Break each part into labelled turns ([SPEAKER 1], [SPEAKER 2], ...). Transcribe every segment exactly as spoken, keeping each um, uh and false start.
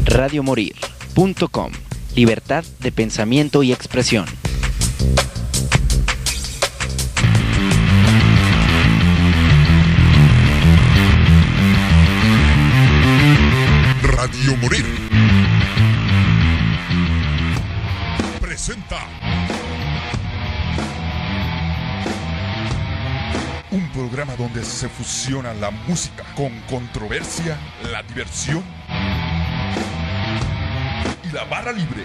[SPEAKER 1] radio morir punto com. Libertad de pensamiento y expresión.
[SPEAKER 2] Radio Morir presenta un programa donde se fusiona la música con controversia, la diversión y la barra libre.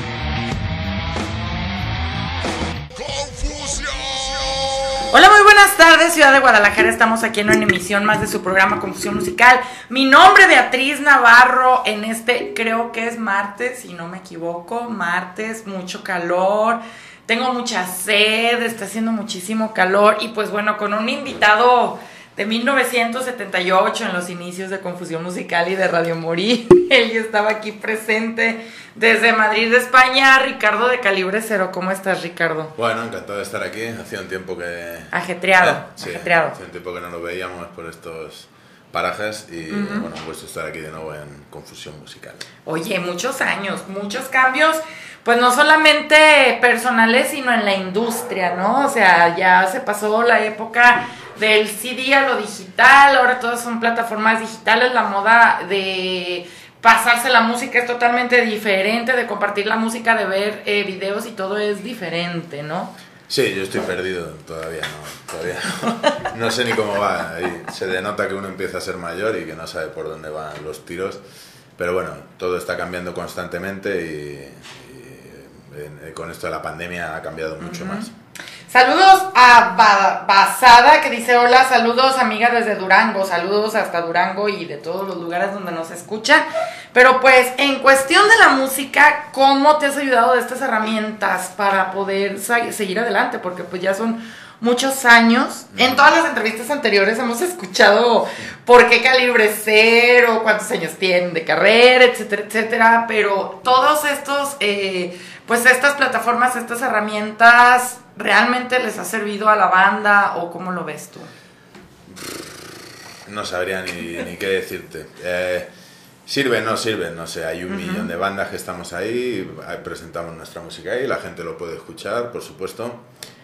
[SPEAKER 2] ¡Confusión!
[SPEAKER 3] Hola, muy buenas tardes, Ciudad de Guadalajara. Estamos aquí en una emisión más de su programa Confusión Musical. Mi nombre es Beatriz Navarro. En este, creo que es martes, si no me equivoco, martes, mucho calor. Tengo mucha sed, está haciendo muchísimo calor. Y pues bueno, con un invitado de mil novecientos setenta y ocho en los inicios de Confusión Musical y de Radio Morir. Él ya estaba aquí presente desde Madrid, España. Ricardo de Calibre Cero. ¿Cómo estás, Ricardo?
[SPEAKER 4] Bueno, encantado de estar aquí. Hacía un tiempo que...
[SPEAKER 3] Ajetreado,
[SPEAKER 4] ¿Eh? Sí,
[SPEAKER 3] ajetreado.
[SPEAKER 4] Hacía un tiempo que no nos veíamos por estos parajes y uh-huh. bueno, un gusto estar aquí de nuevo en Confusión Musical.
[SPEAKER 3] Oye, muchos años, muchos cambios, pues no solamente personales, sino en la industria, ¿no? O sea, ya se pasó la época del C D a lo digital, ahora todas son plataformas digitales, la moda de pasarse la música es totalmente diferente, de compartir la música, de ver eh, videos y todo es diferente, ¿no?
[SPEAKER 4] Sí, yo estoy perdido todavía, no, todavía no, no sé ni cómo va, ahí se denota que uno empieza a ser mayor y que no sabe por dónde van los tiros, pero bueno, todo está cambiando constantemente y, y, y con esto de la pandemia ha cambiado mucho uh-huh. más.
[SPEAKER 3] Saludos a ba- Basada, que dice hola, saludos amiga desde Durango, saludos hasta Durango y de todos los lugares donde nos escucha. Pero pues en cuestión de la música, ¿cómo te has ayudado de estas herramientas para poder sa- seguir adelante? Porque pues ya son muchos años. En todas las entrevistas anteriores hemos escuchado por qué Calibre Cero, cuántos años tienen de carrera, etcétera, etcétera. Pero todos estos, eh, pues estas plataformas, estas herramientas, ¿realmente les ha servido a la banda o cómo lo ves tú?
[SPEAKER 4] No sabría ni, ni qué decirte. Eh, sirven, no sirven, no sé, hay un uh-huh. millón de bandas que estamos ahí, presentamos nuestra música ahí, la gente lo puede escuchar, por supuesto.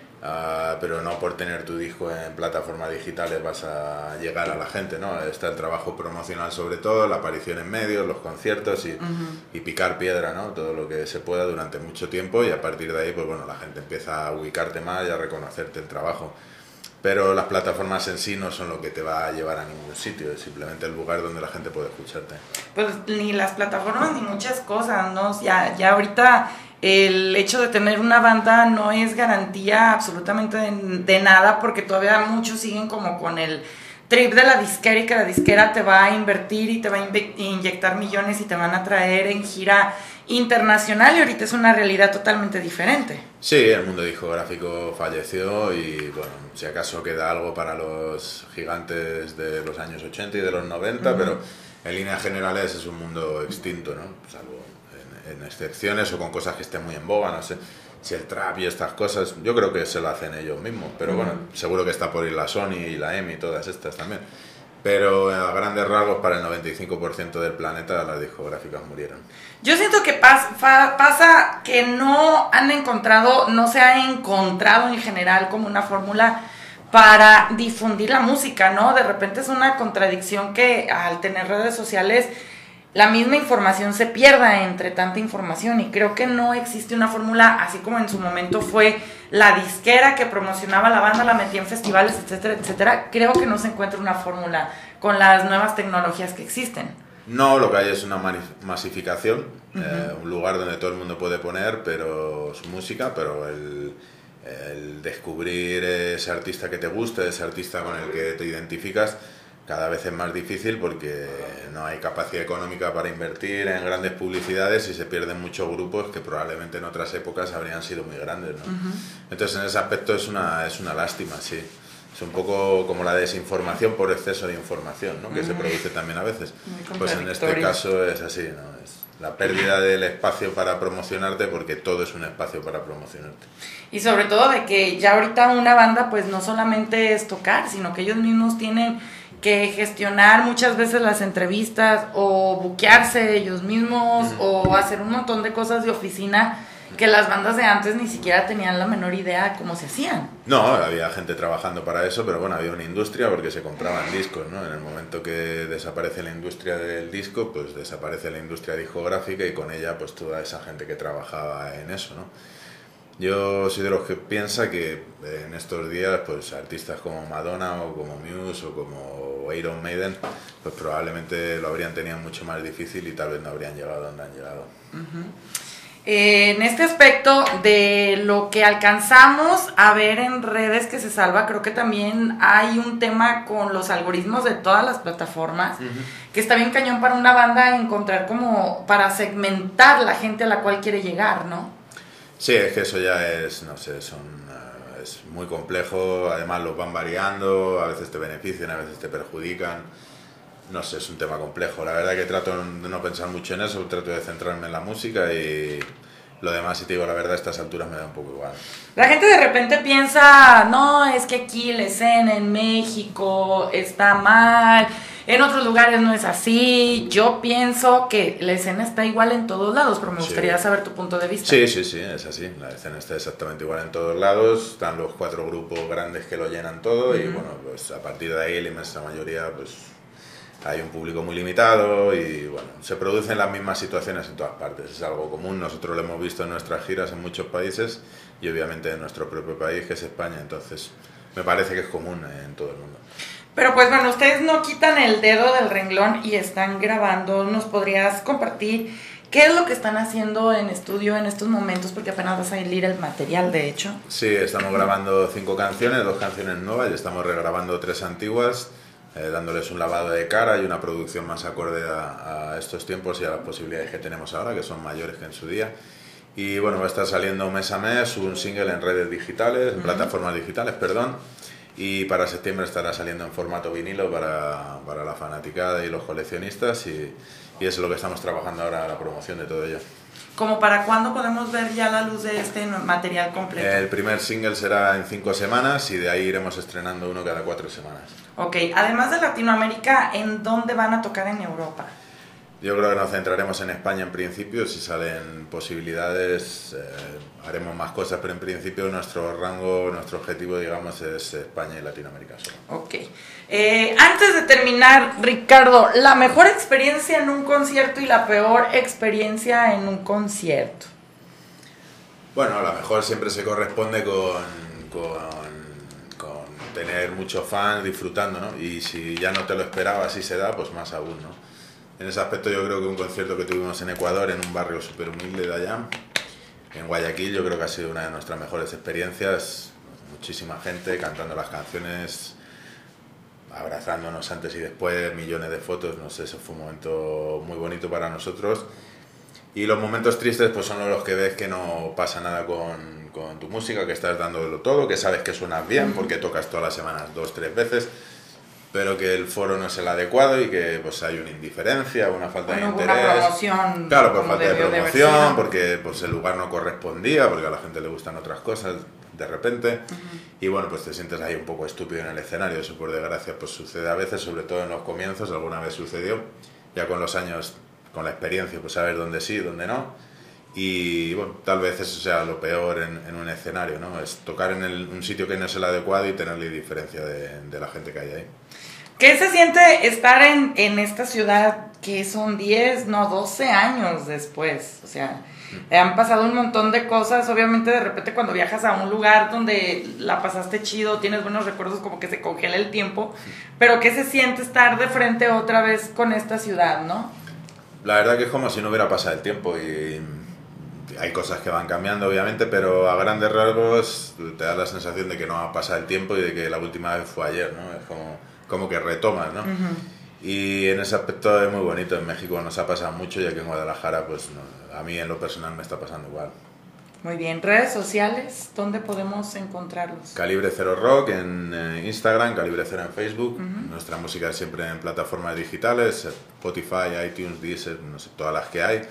[SPEAKER 4] Uh, pero no por tener tu disco en plataformas digitales vas a llegar a la gente, ¿no? Está el trabajo promocional sobre todo, la aparición en medios, los conciertos y, uh-huh. y picar piedra, ¿no? Todo lo que se pueda durante mucho tiempo y a partir de ahí, pues bueno, la gente empieza a ubicarte más y a reconocerte el trabajo. Pero las plataformas en sí no son lo que te va a llevar a ningún sitio, es simplemente el lugar donde la gente puede escucharte.
[SPEAKER 3] Pues ni las plataformas ni muchas cosas, ¿no? Ya, ya ahorita el hecho de tener una banda no es garantía absolutamente de, de nada, porque todavía muchos siguen como con el trip de la disquera y que la disquera te va a invertir y te va a inve- inyectar millones y te van a traer en gira internacional, y ahorita es una realidad totalmente diferente.
[SPEAKER 4] Sí, el mundo discográfico falleció y bueno, si acaso queda algo para los gigantes de los años ochenta y de los noventa, uh-huh. pero en líneas generales es un mundo extinto, ¿no? Salvo en, en excepciones o con cosas que estén muy en boga, no sé, si el trap y estas cosas, yo creo que se lo hacen ellos mismos, pero uh-huh. bueno, seguro que está por ir la Sony y la EMI y todas estas también. Pero a grandes rasgos, para el noventa y cinco por ciento del planeta las discográficas murieron.
[SPEAKER 3] Yo siento que pas, fa, pasa que no han encontrado, no se ha encontrado en general como una fórmula para difundir la música, ¿no? De repente es una contradicción que al tener redes sociales la misma información se pierda entre tanta información, y creo que no existe una fórmula, así como en su momento fue la disquera que promocionaba la banda, la metía en festivales, etcétera, etcétera. Creo que no se encuentra una fórmula con las nuevas tecnologías que existen.
[SPEAKER 4] No, lo que hay es una masificación, uh-huh. eh, un lugar donde todo el mundo puede poner pero su música, pero el, el descubrir ese artista que te gusta, ese artista con el que te identificas, cada vez es más difícil porque no hay capacidad económica para invertir en grandes publicidades y se pierden muchos grupos que probablemente en otras épocas habrían sido muy grandes, ¿no? Uh-huh. Entonces en ese aspecto es una, es una lástima, sí. Es un poco como la desinformación por exceso de información, ¿no? Que uh-huh. se produce también a veces. Pues en este caso es así, ¿no? Es la pérdida del espacio para promocionarte, porque todo es un espacio para promocionarte.
[SPEAKER 3] Y sobre todo de que ya ahorita una banda pues no solamente es tocar, sino que ellos mismos tienen que gestionar muchas veces las entrevistas o buquearse ellos mismos uh-huh. o hacer un montón de cosas de oficina que las bandas de antes ni siquiera tenían la menor idea de cómo se hacían.
[SPEAKER 4] No, había gente trabajando para eso, pero bueno, había una industria porque se compraban discos, ¿no? En el momento que desaparece la industria del disco, pues desaparece la industria discográfica y con ella pues toda esa gente que trabajaba en eso, ¿no? Yo soy de los que piensa que en estos días pues artistas como Madonna o como Muse o como Iron Maiden pues probablemente lo habrían tenido mucho más difícil y tal vez no habrían llegado donde han llegado.
[SPEAKER 3] Uh-huh. Eh, en este aspecto de lo que alcanzamos a ver en redes que se salva, creo que también hay un tema con los algoritmos de todas las plataformas, uh-huh. que está bien cañón para una banda encontrar como para segmentar la gente a la cual quiere llegar, ¿no?
[SPEAKER 4] Sí, es que eso ya es, no sé, son, uh, es muy complejo, además los van variando, a veces te benefician, a veces te perjudican. No sé, es un tema complejo. La verdad que trato de no pensar mucho en eso, trato de centrarme en la música y lo demás, si te digo la verdad, a estas alturas me da un poco igual.
[SPEAKER 3] La gente de repente piensa, no, es que aquí la escena en México está mal, en otros lugares no es así. Yo pienso que la escena está igual en todos lados, pero me gustaría sí. saber tu punto de vista.
[SPEAKER 4] Sí, sí, sí, es así. La escena está exactamente igual en todos lados. Están los cuatro grupos grandes que lo llenan todo uh-huh. y bueno, pues a partir de ahí la inmensa mayoría, pues hay un público muy limitado y bueno, se producen las mismas situaciones en todas partes, es algo común, nosotros lo hemos visto en nuestras giras en muchos países y obviamente en nuestro propio país que es España, entonces me parece que es común en todo el mundo.
[SPEAKER 3] Pero pues bueno, ustedes no quitan el dedo del renglón y están grabando, ¿nos podrías compartir qué es lo que están haciendo en estudio en estos momentos? Porque apenas va a salir el material, de hecho.
[SPEAKER 4] Sí, estamos grabando cinco canciones, dos canciones nuevas y estamos regrabando tres antiguas. Eh, dándoles un lavado de cara y una producción más acorde a, a estos tiempos y a las posibilidades que tenemos ahora, que son mayores que en su día. Y bueno, va a estar saliendo mes a mes un single en redes digitales, en uh-huh. plataformas digitales, perdón, y para septiembre estará saliendo en formato vinilo para, para la fanaticada y los coleccionistas y, y eso es lo que estamos trabajando ahora, la promoción de todo ello.
[SPEAKER 3] ¿Como para cuándo podemos ver ya la luz de este material completo?
[SPEAKER 4] El primer single será en cinco semanas y de ahí iremos estrenando uno cada cuatro semanas.
[SPEAKER 3] Ok, además de Latinoamérica, ¿en dónde van a tocar en Europa?
[SPEAKER 4] Yo creo que nos centraremos en España en principio, si salen posibilidades eh, haremos más cosas, pero en principio nuestro rango, nuestro objetivo, digamos, es España y Latinoamérica solo.
[SPEAKER 3] Ok. Eh, antes de terminar, Ricardo, la mejor experiencia en un concierto y la peor experiencia en un concierto.
[SPEAKER 4] Bueno, la mejor siempre se corresponde con, con, con tener muchos fans disfrutando, ¿no? Y si ya no te lo esperabas y se da, pues más aún, ¿no? En ese aspecto yo creo que un concierto que tuvimos en Ecuador, en un barrio súper humilde de allá, en Guayaquil, yo creo que ha sido una de nuestras mejores experiencias. Muchísima gente cantando las canciones, abrazándonos antes y después, millones de fotos, no sé, eso fue un momento muy bonito para nosotros. Y los momentos tristes pues son los que ves que no pasa nada con, con tu música, que estás dándolo todo, que sabes que suenas bien porque tocas todas las semanas dos, tres veces, pero que el foro no es el adecuado y que pues hay una indiferencia, una falta
[SPEAKER 3] bueno,
[SPEAKER 4] de interés.
[SPEAKER 3] Una promoción.
[SPEAKER 4] Claro, por falta de promoción, porque pues el lugar no correspondía, porque a la gente le gustan otras cosas de repente. Uh-huh. Y bueno, pues te sientes ahí un poco estúpido en el escenario. Eso por desgracia pues sucede a veces, sobre todo en los comienzos, alguna vez sucedió. Ya con los años, con la experiencia, pues saber dónde sí, dónde no. Y bueno, tal vez eso sea lo peor en, en un escenario, ¿no? Es tocar en el, un sitio que no es el adecuado y tener la indiferencia de, de la gente que hay ahí.
[SPEAKER 3] ¿Qué se siente estar en, en esta ciudad que son diez, no, doce años después? O sea, mm. han pasado un montón de cosas. Obviamente de repente cuando viajas a un lugar donde la pasaste chido, tienes buenos recuerdos, como que se congela el tiempo. Pero ¿qué se siente estar de frente otra vez con esta ciudad, no?
[SPEAKER 4] La verdad que es como si no hubiera pasado el tiempo y hay cosas que van cambiando obviamente, pero a grandes rasgos te da la sensación de que no ha pasado el tiempo y de que la última vez fue ayer, ¿no? Es como, como que retomas, ¿no? Uh-huh. Y en ese aspecto es muy bonito. En México nos ha pasado mucho, ya que en Guadalajara pues no, a mí en lo personal me está pasando igual.
[SPEAKER 3] Muy bien, redes sociales, ¿dónde podemos encontrarlos?
[SPEAKER 4] Calibre Cero Rock en eh, Instagram, Calibre Cero en Facebook. Uh-huh. Nuestra música siempre en plataformas digitales, Spotify, iTunes, Deezer, no sé, todas las que hay.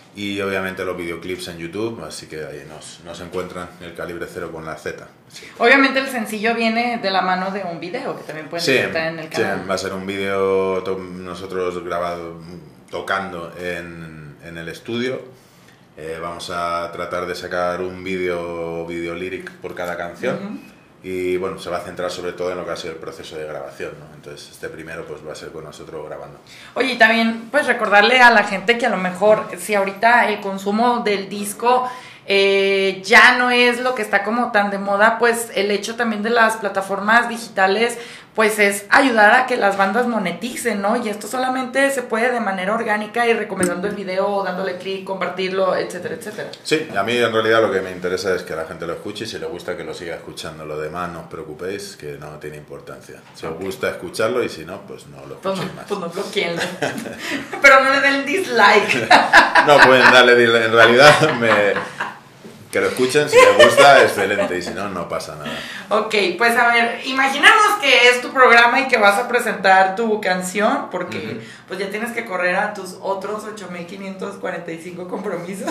[SPEAKER 4] Y obviamente los videoclips en YouTube, así que ahí nos, nos encuentran el Calibre Cero con la Z. Sí.
[SPEAKER 3] Obviamente el sencillo viene de la mano de un video que también pueden
[SPEAKER 4] Sí,
[SPEAKER 3] disfrutar en el canal.
[SPEAKER 4] sí, va a ser un vídeo to- nosotros grabado, tocando en, en el estudio. Eh, vamos a tratar de sacar un vídeo, vídeo lyric por cada canción. Uh-huh. Y bueno, se va a centrar sobre todo en lo que ha sido el proceso de grabación, ¿no? Entonces este primero pues va a ser con nosotros grabando.
[SPEAKER 3] Oye, y también pues recordarle a la gente que a lo mejor si ahorita el consumo del disco eh, ya no es lo que está como tan de moda, pues el hecho también de las plataformas digitales pues es ayudar a que las bandas moneticen, ¿no? Y esto solamente se puede de manera orgánica y recomendando el video, dándole clic, compartirlo, etcétera, etcétera.
[SPEAKER 4] Sí, a mí en realidad lo que me interesa es que la gente lo escuche y si le gusta que lo siga escuchando. Lo demás no os preocupéis, que no tiene importancia. Si okay. os gusta escucharlo y si no, pues no lo escuchéis
[SPEAKER 3] pues no,
[SPEAKER 4] más.
[SPEAKER 3] Pues no bloqueenlo. Pero no le den dislike.
[SPEAKER 4] No, pueden darle dislike. En realidad me... Que lo escuchen, si les gusta, excelente, y si no, no pasa nada.
[SPEAKER 3] Ok, pues a ver, imaginamos que es tu programa y que vas a presentar tu canción, porque uh-huh. pues ya tienes que correr a tus otros ocho mil quinientos cuarenta y cinco compromisos.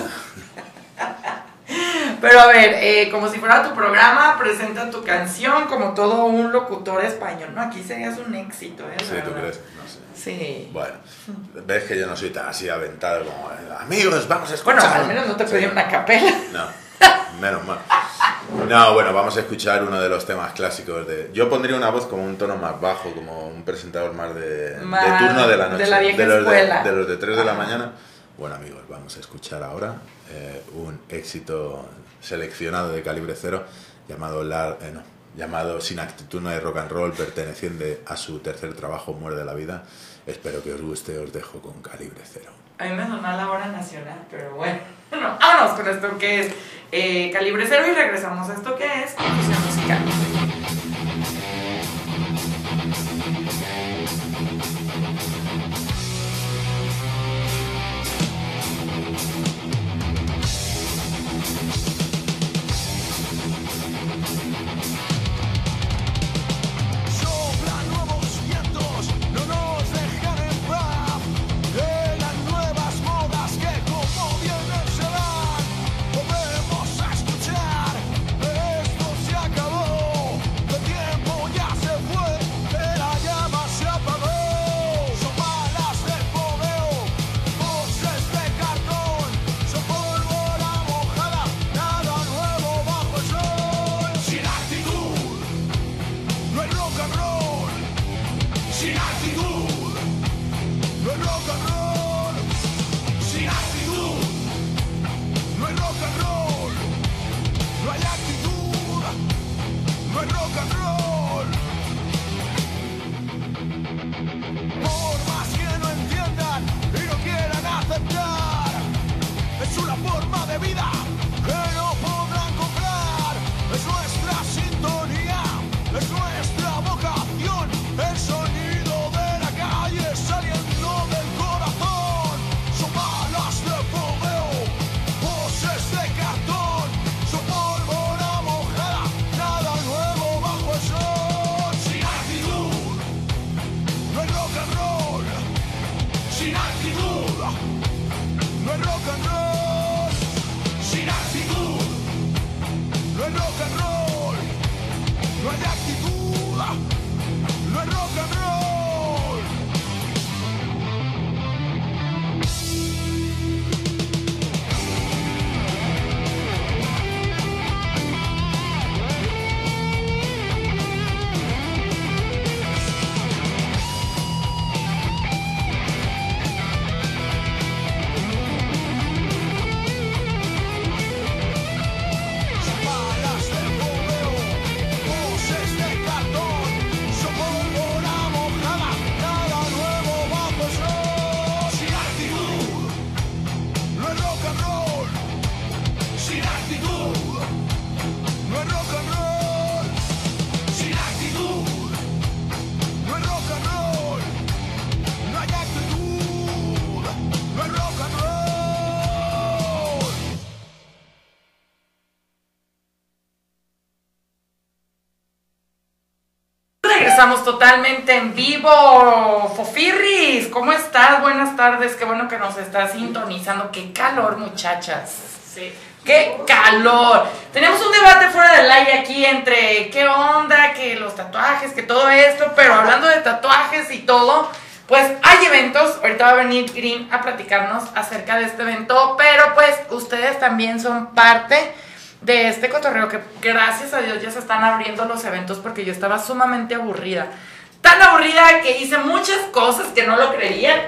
[SPEAKER 3] Pero a ver, eh, como si fuera tu programa, presenta tu canción como todo un locutor español, ¿no? Aquí serías un éxito, ¿eh?
[SPEAKER 4] Sí, ¿tú crees? No sé.
[SPEAKER 3] Sí.
[SPEAKER 4] Bueno, ves que yo no soy tan así aventado como, amigos, vamos a escuchar.
[SPEAKER 3] Bueno, al menos no te pedí sí. una capela.
[SPEAKER 4] No. Menos mal. No, bueno, vamos a escuchar uno de los temas clásicos de... Yo pondría una voz como un tono más bajo, como un presentador más de,
[SPEAKER 3] más
[SPEAKER 4] de turno de la noche.
[SPEAKER 3] De la vieja
[SPEAKER 4] de los
[SPEAKER 3] escuela.
[SPEAKER 4] De, de los de tres de la mañana. Bueno, amigos, vamos a escuchar ahora eh, un éxito seleccionado de Calibre Cero llamado, la, eh, no, llamado Sin actitud no hay rock and roll, perteneciente a su tercer trabajo, Muerde la vida. Espero que os guste, os dejo con Calibre Cero.
[SPEAKER 3] A mí me sonó la hora nacional, pero bueno. Bueno, vámonos con esto que es eh, Calibre Cero y regresamos a esto que es Confusión Musical.
[SPEAKER 5] Volvemos a escuchar, esto se acabó.
[SPEAKER 3] estamos totalmente en vivo. Fofirris, ¿cómo estás? Buenas tardes, qué bueno que nos estás sintonizando. Qué calor, muchachas.
[SPEAKER 5] Sí.
[SPEAKER 3] ¡Qué calor! Tenemos un debate fuera del aire aquí entre qué onda, que los tatuajes, que todo esto, pero hablando de tatuajes y todo, pues hay eventos. Ahorita va a venir Green a platicarnos acerca de este evento, pero pues ustedes también son parte de este cotorreo que gracias a Dios ya se están abriendo los eventos, porque yo estaba sumamente aburrida. Tan aburrida que hice muchas cosas que no lo creían.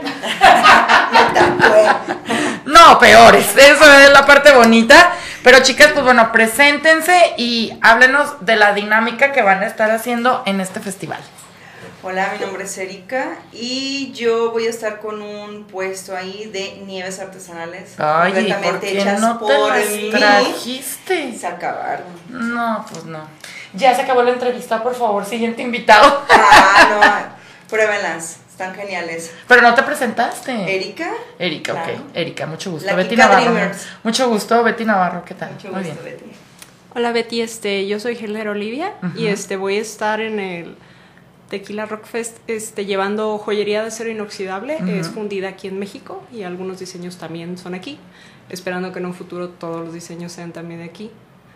[SPEAKER 3] No, peores. Eso es la parte bonita. Pero chicas, pues bueno, preséntense y háblenos de la dinámica que van a estar haciendo en este festival.
[SPEAKER 6] Hola, mi nombre es Erika y yo voy a estar con un puesto ahí de nieves artesanales.
[SPEAKER 3] Ay,
[SPEAKER 6] completamente
[SPEAKER 3] ¿por qué
[SPEAKER 6] hechas
[SPEAKER 3] no te
[SPEAKER 6] por
[SPEAKER 3] las
[SPEAKER 6] mí.
[SPEAKER 3] trajiste?
[SPEAKER 6] Se acabaron.
[SPEAKER 3] No, pues no. Ya se acabó la entrevista, por favor, siguiente invitado.
[SPEAKER 6] Ah, no, pruébenlas, están geniales.
[SPEAKER 3] Pero no te presentaste.
[SPEAKER 6] Erika.
[SPEAKER 3] Erika,
[SPEAKER 6] Claro.
[SPEAKER 3] ok. Erika, mucho gusto.
[SPEAKER 6] La
[SPEAKER 3] Betty
[SPEAKER 6] Kika
[SPEAKER 3] Navarro.
[SPEAKER 6] Dreamers.
[SPEAKER 3] Mucho gusto, Betty Navarro, ¿qué tal?
[SPEAKER 6] Mucho
[SPEAKER 3] Muy
[SPEAKER 6] gusto,
[SPEAKER 3] bien.
[SPEAKER 6] Betty.
[SPEAKER 5] Hola Betty, este, yo soy Helena Olivia
[SPEAKER 3] Ujú.
[SPEAKER 5] y este voy a estar en el Tequila Rock Fest este, llevando joyería de acero inoxidable.
[SPEAKER 3] Ujú.
[SPEAKER 5] Es fundida aquí en México y algunos diseños también son aquí, esperando que en un futuro todos los diseños sean también de aquí.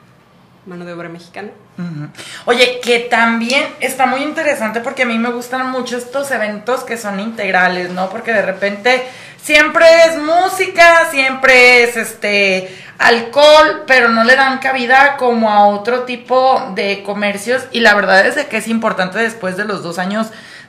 [SPEAKER 5] Mano de obra mexicana.
[SPEAKER 3] Ujú. Oye, que también está muy interesante porque a mí me gustan mucho estos eventos que son integrales, ¿no? Porque de repente siempre es música, siempre es este alcohol, pero no le dan cabida como a otro tipo de comercios, y la verdad es de que es importante después de los dos años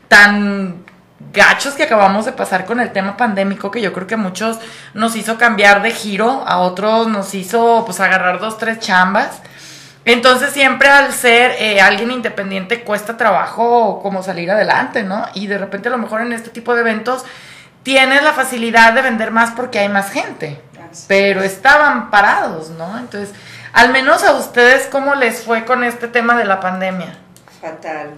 [SPEAKER 3] tan gachos que acabamos de pasar con el tema pandémico, que yo creo que a muchos nos hizo cambiar de giro, a otros nos hizo pues agarrar dos, tres chambas. Entonces siempre al ser eh, alguien independiente cuesta trabajo como salir adelante, ¿no? Y de repente a lo mejor en este tipo de eventos tienes la facilidad de vender más porque hay más gente, pero estaban parados, ¿no? Entonces, al menos a ustedes, ¿cómo les fue con este tema de la pandemia?
[SPEAKER 6] Fatal.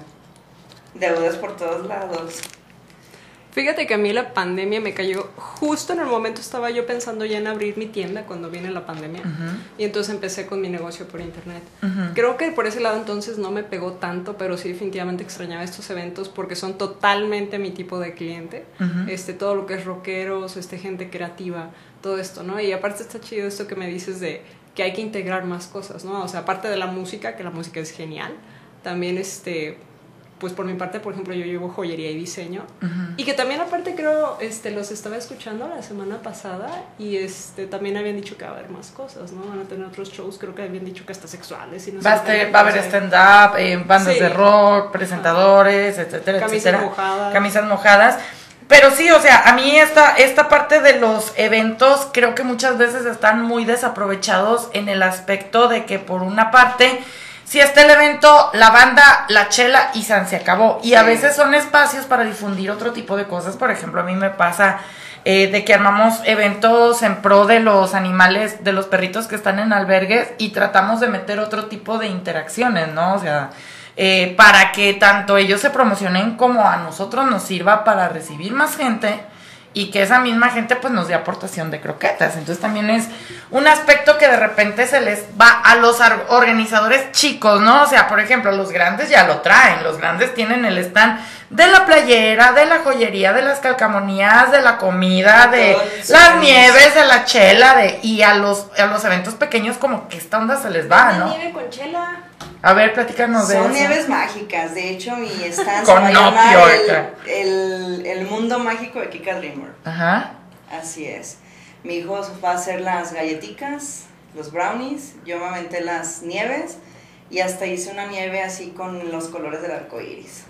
[SPEAKER 6] Deudas por todos lados.
[SPEAKER 5] Fíjate que a mí la pandemia me cayó justo en el momento, estaba yo pensando ya en abrir mi tienda cuando viene la pandemia.
[SPEAKER 3] Uh-huh.
[SPEAKER 5] Y entonces empecé con mi negocio por internet.
[SPEAKER 3] Uh-huh.
[SPEAKER 5] Creo que por ese lado entonces no me pegó tanto, pero sí definitivamente extrañaba estos eventos porque son totalmente mi tipo de cliente.
[SPEAKER 3] Uh-huh.
[SPEAKER 5] Este, todo lo que es rockeros, este, gente creativa, todo esto, ¿no? Y aparte está chido esto que me dices de que hay que integrar más cosas, ¿no? O sea, aparte de la música, que la música es genial, también este... pues por mi parte, por ejemplo, yo llevo joyería y diseño. Uh-huh. Y que también aparte creo, este, los estaba escuchando la semana pasada y este también habían dicho que va a haber más cosas, ¿no? Van a tener otros shows, creo que habían dicho que hasta sexuales y no
[SPEAKER 3] Va, a
[SPEAKER 5] sé
[SPEAKER 3] estar-
[SPEAKER 5] qué.
[SPEAKER 3] va a haber stand-up, eh, bandas
[SPEAKER 5] Sí.
[SPEAKER 3] de rock, presentadores, etcétera,
[SPEAKER 5] Camisas
[SPEAKER 3] etcétera.
[SPEAKER 5] mojadas.
[SPEAKER 3] Camisas mojadas. Pero sí, o sea, a mí esta, esta parte de los eventos creo que muchas veces están muy desaprovechados en el aspecto de que por una parte, si está el evento, la banda, la chela y san se acabó. Y a veces son espacios para difundir otro tipo de cosas. Por ejemplo, a mí me pasa eh, de que armamos eventos en pro de los animales, de los perritos que están en albergues, y tratamos de meter otro tipo de interacciones, ¿no? O sea, eh, para que tanto ellos se promocionen como a nosotros nos sirva para recibir más gente y que esa misma gente pues nos dé aportación de croquetas. Entonces también es un aspecto que de repente se les va a los organizadores chicos, ¿no? O sea, por ejemplo, los grandes ya lo traen, los grandes tienen el stand de la playera, de la joyería, de las calcamonías, de la comida, de las nieves, de la chela, de y a los, a los eventos pequeños como que esta onda se les va, ¿no?
[SPEAKER 5] nieve con chela.
[SPEAKER 3] A ver, platícanos de eso.
[SPEAKER 6] Son nieves mágicas, de hecho mi stand
[SPEAKER 3] Con
[SPEAKER 6] se va a
[SPEAKER 3] opio,
[SPEAKER 6] llamar
[SPEAKER 3] acá.
[SPEAKER 6] el, el, el mundo mágico de Kika Dreamer.
[SPEAKER 3] Ajá.
[SPEAKER 6] Así es. Mi hijo va a hacer las galletitas, los brownies, yo me aventé las nieves y hasta hice una nieve así con los colores del arco iris.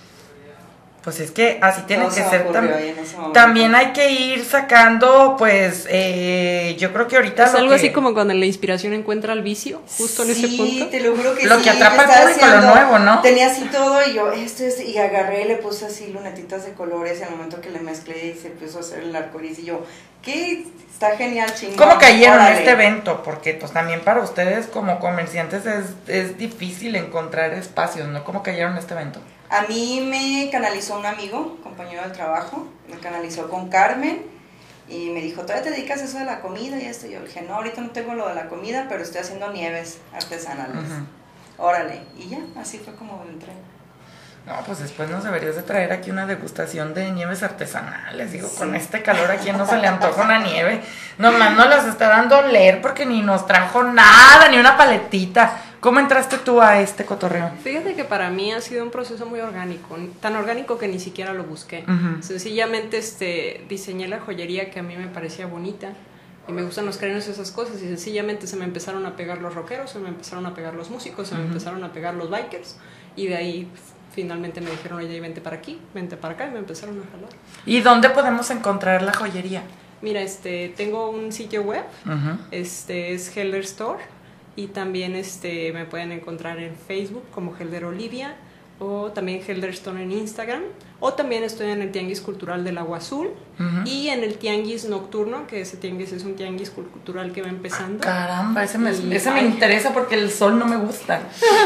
[SPEAKER 3] Pues es que así tiene
[SPEAKER 6] Todo
[SPEAKER 3] que
[SPEAKER 6] se me
[SPEAKER 3] ser.
[SPEAKER 6] ocurrió
[SPEAKER 3] tam-
[SPEAKER 6] ahí en ese momento.
[SPEAKER 3] También hay que ir sacando, pues, eh, yo creo que ahorita
[SPEAKER 5] Es
[SPEAKER 3] lo
[SPEAKER 5] algo
[SPEAKER 3] que-
[SPEAKER 5] así como cuando la inspiración encuentra el vicio, justo en ese punto.
[SPEAKER 6] Sí, te lo juro que
[SPEAKER 3] Lo
[SPEAKER 6] sí.
[SPEAKER 3] que atrapa
[SPEAKER 6] yo
[SPEAKER 3] al
[SPEAKER 6] estaba
[SPEAKER 3] público, lo
[SPEAKER 6] haciendo-
[SPEAKER 3] nuevo, ¿no?
[SPEAKER 6] Tenía así todo y yo, esto es, y agarré y le puse así lunetitas de colores y al momento que le mezclé y se empezó a hacer el arco iris y yo, ¿qué? Está genial, chingón.
[SPEAKER 3] ¿Cómo cayeron a
[SPEAKER 6] órale.
[SPEAKER 3] este evento? Porque pues también para ustedes como comerciantes es, es difícil encontrar espacios, ¿no? ¿Cómo cayeron a este evento?
[SPEAKER 6] A mí me canalizó un amigo, compañero de trabajo, me canalizó con Carmen y me dijo, ¿todavía te dedicas a eso de la comida y esto? Y yo le dije, no, ahorita no tengo lo de la comida, pero estoy haciendo nieves artesanales.
[SPEAKER 3] Ujú.
[SPEAKER 6] Órale, y ya, así fue como entré.
[SPEAKER 3] No, pues después nos deberías de traer aquí una degustación de nieves artesanales. Digo, sí. Con este calor, ¿a quién no se le antoja una nieve? Nomás no las está dando a oler porque ni nos trajo nada, ni una paletita. ¿Cómo entraste tú a este cotorreo?
[SPEAKER 5] Fíjate que para mí ha sido un proceso muy orgánico, tan orgánico que ni siquiera lo busqué.
[SPEAKER 3] Uh-huh.
[SPEAKER 5] Sencillamente este, diseñé la joyería que a mí me parecía bonita y me gustan los cráneos y esas cosas, y sencillamente se me empezaron a pegar los rockeros, se me empezaron a pegar los músicos, se me uh-huh. empezaron a pegar los bikers, y de ahí finalmente me dijeron, oye, vente para aquí, vente para acá, y me empezaron a jalar.
[SPEAKER 3] ¿Y dónde podemos encontrar la joyería?
[SPEAKER 5] Mira, este, tengo un sitio web,
[SPEAKER 3] uh-huh.
[SPEAKER 5] este es Helder Store, y también este, me pueden encontrar en Facebook como Helder Olivia, o también Helder Store en Instagram, o también estoy en el Tianguis Cultural del Agua Azul, uh-huh. y en el Tianguis Nocturno, que ese tianguis es un tianguis cultural que va empezando.
[SPEAKER 3] Caramba, ese me, y, ese me interesa porque el sol no me gusta.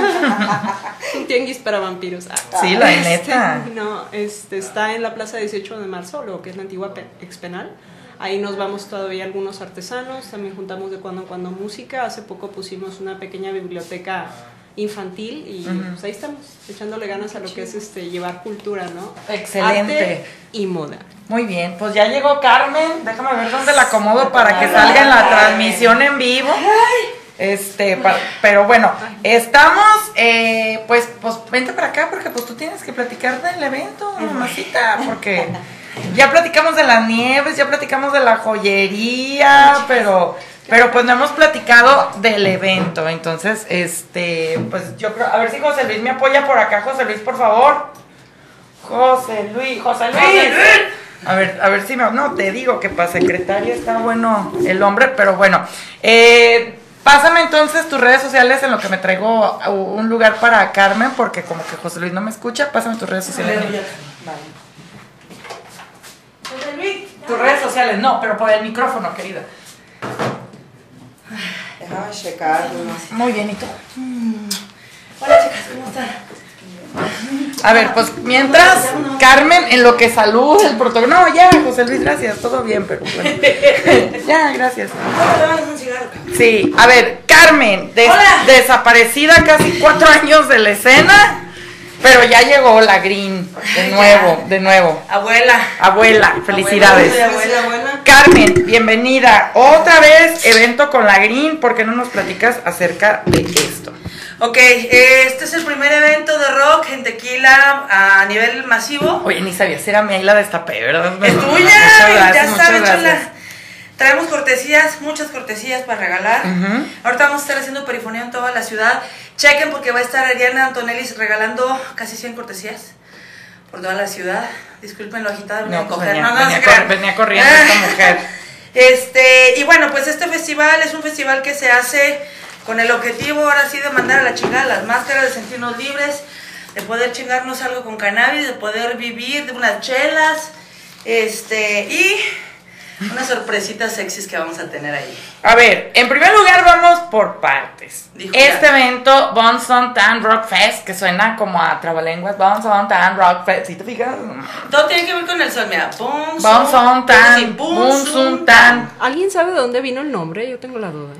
[SPEAKER 5] Un tianguis para vampiros. Ah,
[SPEAKER 3] sí, la
[SPEAKER 5] este,
[SPEAKER 3] neta.
[SPEAKER 5] No, este, está en la Plaza dieciocho de marzo, lo que es la antigua Expenal. Ahí nos vamos todavía algunos artesanos, también juntamos de cuando en cuando música. Hace poco pusimos una pequeña biblioteca infantil y uh-huh. pues ahí estamos, echándole ganas a lo que es este llevar cultura, ¿no?
[SPEAKER 3] Excelente.
[SPEAKER 5] Arte y moda.
[SPEAKER 3] Muy bien, pues ya llegó Carmen, déjame ver dónde la acomodo para que salga en la transmisión en vivo. Este, pa, pero bueno, estamos, eh, pues, pues vente para acá porque pues tú tienes que platicar del evento, mamacita, porque ya platicamos de las nieves, ya platicamos de la joyería, pero... Pero pues no hemos platicado del evento, entonces, este, pues yo creo, a ver si José Luis me apoya por acá, José Luis, por favor. José Luis, José Luis. A ver, a ver si me, no, te digo que para secretaria está bueno el hombre, pero bueno. Eh, pásame entonces tus redes sociales en lo que me traigo un lugar para Carmen, porque como que José Luis no me escucha, pásame tus redes sociales. Vale. José Luis. Tus redes sociales, no, pero por el micrófono, querida.
[SPEAKER 6] Déjame checar.
[SPEAKER 3] Muy bien, ¿y tú?
[SPEAKER 6] Mm. Hola, chicas, ¿cómo están?
[SPEAKER 3] A ver, pues mientras Carmen, en lo que saluda el protocolo. No, ya, José Luis, gracias, todo bien, pero bueno. Ya, gracias. Sí, a ver, Carmen, des desaparecida casi cuatro años de la escena. Pero ya llegó la Green, de nuevo, de nuevo.
[SPEAKER 6] Abuela.
[SPEAKER 3] Abuela, felicidades.
[SPEAKER 6] Abuela, abuela, abuela.
[SPEAKER 3] Carmen, bienvenida. Otra vez, evento con la Green, ¿por qué no nos platicas acerca de esto?
[SPEAKER 7] Ok, este es el primer evento de rock en Tequila a nivel masivo.
[SPEAKER 3] Oye, ni sabía si era mía y la destapé, ¿verdad?
[SPEAKER 7] Es tuya,
[SPEAKER 3] muchas gracias,
[SPEAKER 7] ya sabes,
[SPEAKER 3] gracias.
[SPEAKER 7] Traemos cortesías, muchas cortesías para regalar.
[SPEAKER 3] Uh-huh.
[SPEAKER 7] Ahorita vamos a estar haciendo perifonía en toda la ciudad. Chequen porque va a estar Ariana Antonelli regalando casi cien cortesías por toda la ciudad. Disculpen lo agitada, venía
[SPEAKER 3] no,
[SPEAKER 7] a coger.
[SPEAKER 3] Venía,
[SPEAKER 7] no, no,
[SPEAKER 3] venía,
[SPEAKER 7] no
[SPEAKER 3] cor venía corriendo esta mujer.
[SPEAKER 7] Este, y bueno, pues este festival es un festival que se hace con el objetivo ahora sí de mandar a la chingada las máscaras, de sentirnos libres, de poder chingarnos algo con cannabis, de poder vivir de unas chelas, este, y unas sorpresitas sexys que vamos a tener ahí.
[SPEAKER 3] A ver, en primer lugar vamos por partes.
[SPEAKER 7] Dijo
[SPEAKER 3] este
[SPEAKER 7] ya.
[SPEAKER 3] evento, Bones on Tan Rock Fest, que suena como a trabalenguas, Bones on Tan Rock Fest, ¿sí te fijas?
[SPEAKER 7] Todo tiene que ver con el sol, mira,
[SPEAKER 3] Bones on Tan, Bones on Tan.
[SPEAKER 5] ¿Alguien sabe de dónde vino el nombre? Yo tengo la duda.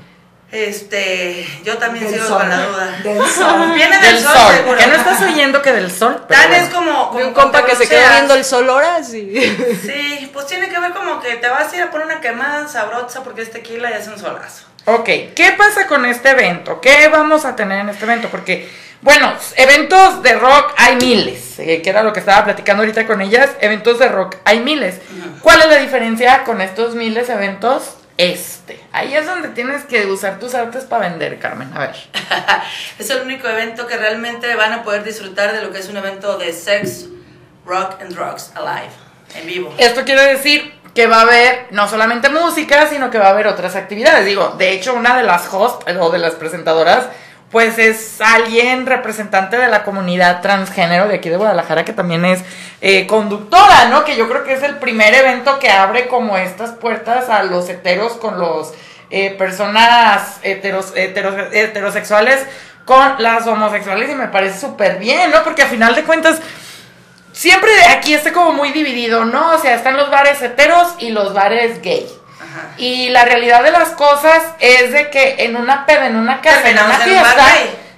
[SPEAKER 7] Este, yo también
[SPEAKER 6] Del
[SPEAKER 7] sigo
[SPEAKER 6] sol.
[SPEAKER 7] con la duda.
[SPEAKER 6] Del sol.
[SPEAKER 7] Viene del,
[SPEAKER 3] Del
[SPEAKER 7] sol,
[SPEAKER 3] sol,
[SPEAKER 7] seguro.
[SPEAKER 3] que no estás oyendo que del sol. Pero
[SPEAKER 7] Tan
[SPEAKER 3] bueno.
[SPEAKER 7] es como, como
[SPEAKER 5] Un compa que se queda
[SPEAKER 7] bronceas.
[SPEAKER 5] viendo el sol horas y...
[SPEAKER 7] Sí, pues tiene que ver como que te vas a ir a poner una quemada sabrosa porque es tequila y hace un solazo.
[SPEAKER 3] Ok, ¿qué pasa con este evento? ¿Qué vamos a tener en este evento? Porque, bueno, eventos de rock hay miles, eh, que era lo que estaba platicando ahorita con ellas, eventos de rock hay miles. Uh-huh. ¿Cuál es la diferencia con estos miles eventos? Este, ahí es donde tienes que usar tus artes para vender, Carmen, a ver.
[SPEAKER 7] Es el único evento que realmente van a poder disfrutar de lo que es un evento de sex, rock and drugs alive, en vivo.
[SPEAKER 3] Esto quiere decir que va a haber no solamente música, sino que va a haber otras actividades. Digo, de hecho, una de las hosts o de las presentadoras, pues es alguien representante de la comunidad transgénero de aquí de Guadalajara, que también es eh, conductora, ¿no? Que yo creo que es el primer evento que abre como estas puertas a los heteros con los eh, personas heteros, heteros, heterosexuales con las homosexuales, y me parece súper bien, ¿no? Porque a final de cuentas siempre aquí está como muy dividido, ¿no? O sea, están los bares heteros y los bares gay. Ajá. Y la realidad de las cosas es de que en una peda, en una casa, en una fiesta,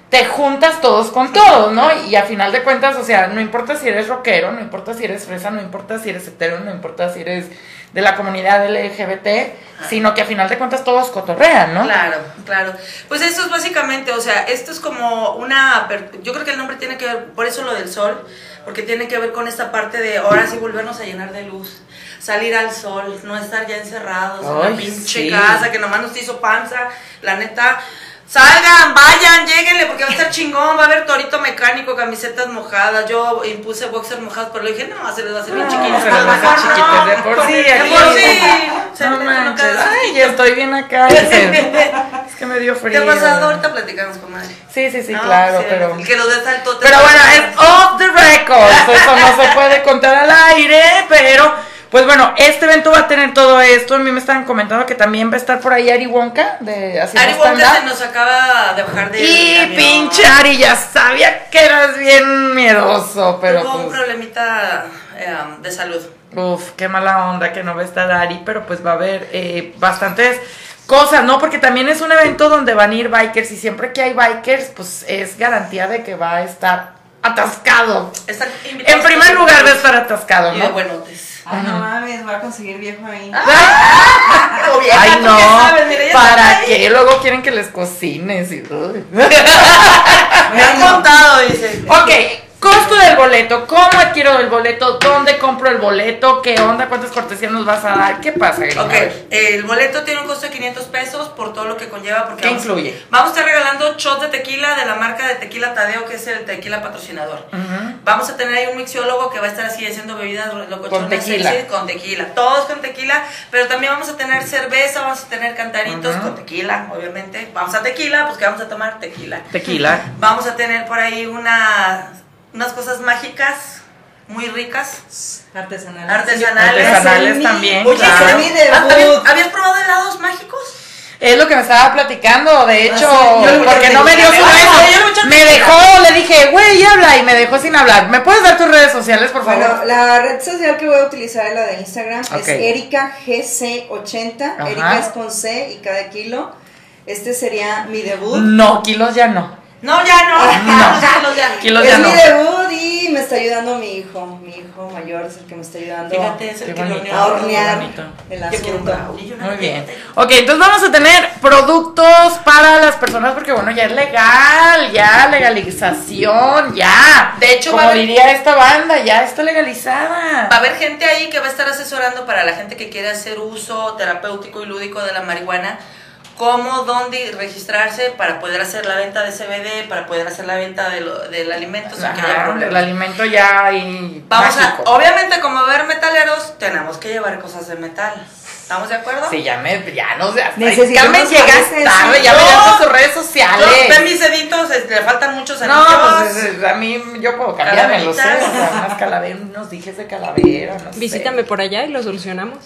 [SPEAKER 3] te juntas todos con todos, ¿no? Y a final de cuentas, o sea, no importa si eres rockero, no importa si eres fresa, no importa si eres hetero, no importa si eres de la comunidad L G B T, sino que a final de cuentas todos cotorrean, ¿no?
[SPEAKER 7] Claro, claro. Pues eso es básicamente, o sea, esto es como una, yo creo que el nombre tiene que ver, por eso lo del sol, porque tiene que ver con esta parte de ahora sí volvernos a llenar de luz, salir al sol, no estar ya encerrados en
[SPEAKER 3] Ay,
[SPEAKER 7] la pinche
[SPEAKER 3] sí.
[SPEAKER 7] casa que nomás nos hizo panza, la neta. Salgan, vayan, lléguenle, porque va a estar chingón, va a haber torito mecánico, camisetas mojadas. Yo impuse boxers mojados, pero le dije, no, se les va a hacer bien chiquitos.
[SPEAKER 3] Se les va a hacer chiquitos de por sí.
[SPEAKER 7] De
[SPEAKER 3] aquí.
[SPEAKER 7] por sí. Se
[SPEAKER 3] No
[SPEAKER 7] les-
[SPEAKER 3] manches.
[SPEAKER 7] no queda-
[SPEAKER 3] Ay, ya estoy bien acá. Dice. Es que me dio
[SPEAKER 7] ¿Qué
[SPEAKER 3] frío.
[SPEAKER 7] ha pasado? Ahorita platicamos, comadre.
[SPEAKER 3] Sí, sí, sí,
[SPEAKER 7] No,
[SPEAKER 3] claro,
[SPEAKER 7] sí,
[SPEAKER 3] pero...
[SPEAKER 7] el que lo de salto.
[SPEAKER 3] Pero bueno, es off the record. Eso no se puede contar al aire, pero... Pues bueno, este evento va a tener todo esto. A mí me estaban comentando que también va a estar por ahí Ari Wonka de haciendo
[SPEAKER 7] Ari Wonka se
[SPEAKER 3] stand-up.
[SPEAKER 7] nos acaba de bajar de.
[SPEAKER 3] Y pinche Ari, ya sabía que eras bien miedoso, pero
[SPEAKER 7] Tuvo un
[SPEAKER 3] pues...
[SPEAKER 7] problemita eh, de salud.
[SPEAKER 3] Uf, qué mala onda que no va a estar Ari, pero pues va a haber eh, bastantes cosas, ¿no? Porque también es un evento donde van a ir bikers y siempre que hay bikers, pues es garantía de que va a estar atascado.
[SPEAKER 7] Están invitados
[SPEAKER 3] En primer
[SPEAKER 7] todos
[SPEAKER 3] lugar va a estar atascado,
[SPEAKER 7] y de
[SPEAKER 3] ¿no?
[SPEAKER 7] buenotes.
[SPEAKER 6] Ay, no mames, voy a conseguir viejo ahí.
[SPEAKER 7] Oh, vieja,
[SPEAKER 3] Ay,
[SPEAKER 7] ¿tú
[SPEAKER 3] no,
[SPEAKER 7] qué sabes? Mira, ella está
[SPEAKER 3] ¿para
[SPEAKER 7] ahí.
[SPEAKER 3] qué? Luego quieren que les cocines y... uy.
[SPEAKER 7] Me han contado, dice.
[SPEAKER 3] Ok, costo del boleto, ¿cómo adquiero el boleto? ¿Dónde compro el boleto? ¿Qué onda? ¿Cuántas cortesías nos vas a dar? ¿Qué pasa, Irina?
[SPEAKER 7] Ok, el boleto tiene un costo de quinientos pesos por todo lo que conlleva. Porque
[SPEAKER 3] ¿Qué
[SPEAKER 7] vamos,
[SPEAKER 3] incluye?
[SPEAKER 7] Vamos a estar regalando shots de tequila de la marca de Tequila Tadeo, que es el tequila patrocinador.
[SPEAKER 3] Ujú.
[SPEAKER 7] Vamos a tener ahí un mixiólogo que va a estar así haciendo bebidas locochonas.
[SPEAKER 3] Con tequila.
[SPEAKER 7] sexy, con tequila. Todos con tequila, pero también vamos a tener cerveza, vamos a tener cantaritos
[SPEAKER 3] Ujú.
[SPEAKER 7] con tequila, obviamente. Vamos a tequila, pues que vamos a tomar tequila.
[SPEAKER 3] Tequila.
[SPEAKER 7] Vamos a tener por ahí una, unas cosas mágicas, muy ricas.
[SPEAKER 6] Artesanales.
[SPEAKER 7] Artesanales.
[SPEAKER 3] Artesanales
[SPEAKER 6] Es mi-
[SPEAKER 3] también,
[SPEAKER 6] Oye,
[SPEAKER 3] claro.
[SPEAKER 6] ese es mi debut.
[SPEAKER 7] ¿Habías, ¿Habías probado helados mágicos?
[SPEAKER 3] Es lo que me estaba platicando, de hecho,
[SPEAKER 6] sí, yo le
[SPEAKER 3] porque
[SPEAKER 6] mucho
[SPEAKER 3] no me dio su
[SPEAKER 6] tequila.
[SPEAKER 3] beso.
[SPEAKER 7] Yo le mucho
[SPEAKER 3] Me
[SPEAKER 7] tequila.
[SPEAKER 3] dejó, le dije, güey, habla, y me dejó sin hablar. ¿Me puedes dar tus redes sociales, por favor?
[SPEAKER 6] Bueno, la red social que voy a utilizar es la de Instagram,
[SPEAKER 3] Ok.
[SPEAKER 6] es Erika G C ochenta,
[SPEAKER 3] Ajá.
[SPEAKER 6] Erika es con C y cada kilo. Este sería mi debut.
[SPEAKER 3] No, kilos ya no.
[SPEAKER 7] No, ya no.
[SPEAKER 3] No.
[SPEAKER 7] Ya, ya.
[SPEAKER 3] Kilos
[SPEAKER 6] Es
[SPEAKER 3] ya
[SPEAKER 6] mi
[SPEAKER 3] no.
[SPEAKER 6] debut y me está ayudando mi hijo. Mi hijo mayor es el que me está ayudando
[SPEAKER 7] Fíjate, es el
[SPEAKER 3] Qué
[SPEAKER 7] que
[SPEAKER 3] bonito.
[SPEAKER 7] lo
[SPEAKER 6] a hornear
[SPEAKER 3] Qué bonito.
[SPEAKER 6] el
[SPEAKER 7] Yo quiero un
[SPEAKER 6] asunto.
[SPEAKER 7] brownie y una
[SPEAKER 3] Muy bien.
[SPEAKER 7] galleta.
[SPEAKER 3] Ok, entonces vamos a tener productos para las personas porque, bueno, ya es legal, ya legalización, ya.
[SPEAKER 7] De hecho,
[SPEAKER 3] como
[SPEAKER 7] va a haber-
[SPEAKER 3] diría esta banda, ya está legalizada.
[SPEAKER 7] Va a haber gente ahí que va a estar asesorando para la gente que quiere hacer uso terapéutico y lúdico de la marihuana, cómo, dónde registrarse para poder hacer la venta de C B D, para poder hacer la venta de lo- del alimento sin que haya
[SPEAKER 3] Ajá,
[SPEAKER 7] problemas.
[SPEAKER 3] el alimento ya ahí
[SPEAKER 7] Vamos
[SPEAKER 3] mágico.
[SPEAKER 7] a, obviamente, como ver metaleros, tenemos que llevar cosas de metal. ¿Estamos de acuerdo?
[SPEAKER 3] Sí, ya me, ya no sé, hasta
[SPEAKER 6] Necesitamos
[SPEAKER 3] Carmen llegas
[SPEAKER 6] parecer,
[SPEAKER 3] tarde,
[SPEAKER 6] sí.
[SPEAKER 3] ya
[SPEAKER 7] No.
[SPEAKER 3] veías tus redes
[SPEAKER 7] Yo,
[SPEAKER 3] sociales.
[SPEAKER 7] ve mis deditos, este, le faltan muchos
[SPEAKER 3] No,
[SPEAKER 7] anillos.
[SPEAKER 3] pues es- a mí yo puedo cambiarme, lo sé, o
[SPEAKER 7] Calaveritas.
[SPEAKER 3] sea, unas calaveras, unos dijes de calavera, no sé.
[SPEAKER 5] Visítame por allá y lo solucionamos.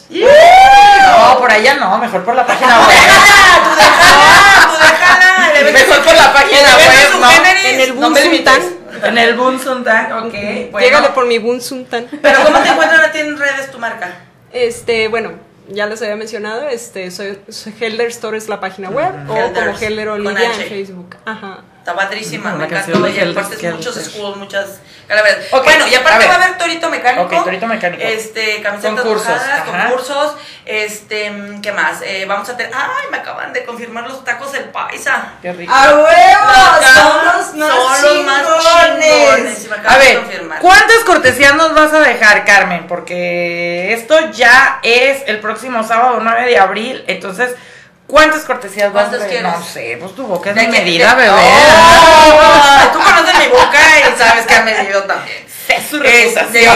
[SPEAKER 3] No, por allá no, mejor por la página web.
[SPEAKER 7] Tú déjala, tú déjala. Le ves
[SPEAKER 3] Mejor
[SPEAKER 7] su-
[SPEAKER 3] por la página
[SPEAKER 7] le ves
[SPEAKER 3] web,
[SPEAKER 7] su
[SPEAKER 3] ¿no?
[SPEAKER 7] generis,
[SPEAKER 5] En el
[SPEAKER 7] no me
[SPEAKER 5] Boom
[SPEAKER 7] limites.
[SPEAKER 5] Sultán.
[SPEAKER 3] En el Boom Sultán, ok. Bueno.
[SPEAKER 5] Llégale por mi Boom Sultán.
[SPEAKER 7] Pero ¿cómo te encuentran a ti en redes tu marca?
[SPEAKER 5] Este, bueno, ya les había mencionado, este, soy, soy Helder Store es la página web, o
[SPEAKER 7] Helders,
[SPEAKER 5] como Helder
[SPEAKER 7] con
[SPEAKER 5] Olivia en
[SPEAKER 7] H.
[SPEAKER 5] Facebook. Ajá.
[SPEAKER 7] Está padrísima,
[SPEAKER 3] Una
[SPEAKER 7] me
[SPEAKER 3] canción
[SPEAKER 7] encantó.
[SPEAKER 3] de
[SPEAKER 7] Y
[SPEAKER 3] Helder
[SPEAKER 7] aparte es
[SPEAKER 3] Skelter.
[SPEAKER 7] muchos escudos, muchas calaveras.
[SPEAKER 3] Ok,
[SPEAKER 7] Bueno, y
[SPEAKER 3] a
[SPEAKER 7] aparte
[SPEAKER 3] ver.
[SPEAKER 7] va a haber torito mecánico.
[SPEAKER 3] Ok, torito mecánico.
[SPEAKER 7] Este, camisetas
[SPEAKER 3] Concursos,
[SPEAKER 7] mojadas,
[SPEAKER 3] ajá.
[SPEAKER 7] concursos. Este, ¿qué más? Eh, vamos a tener. Ay, me acaban de confirmar los tacos del paisa.
[SPEAKER 3] Qué rico.
[SPEAKER 6] ¡A huevo!
[SPEAKER 7] Acá
[SPEAKER 6] Son los más
[SPEAKER 7] son los más
[SPEAKER 6] chingones.
[SPEAKER 7] chingones. Y me acaban
[SPEAKER 3] A
[SPEAKER 7] de
[SPEAKER 3] ver,
[SPEAKER 7] confirmar.
[SPEAKER 3] ¿cuántas cortesías nos vas a dejar, Carmen? Porque esto ya es el próximo sábado nueve de abril, entonces, ¿cuántas cortesías vas a
[SPEAKER 7] ¿Cuántas
[SPEAKER 3] dejar? No
[SPEAKER 7] quieres?
[SPEAKER 3] sé, pues tu boca es
[SPEAKER 7] De
[SPEAKER 3] mi
[SPEAKER 7] que-
[SPEAKER 3] medida,
[SPEAKER 7] de-
[SPEAKER 3] bebé.
[SPEAKER 7] ¡Oh! Tú conoces mi boca y sabes que ha medido también.
[SPEAKER 3] Sé su
[SPEAKER 7] Este,
[SPEAKER 3] reputación.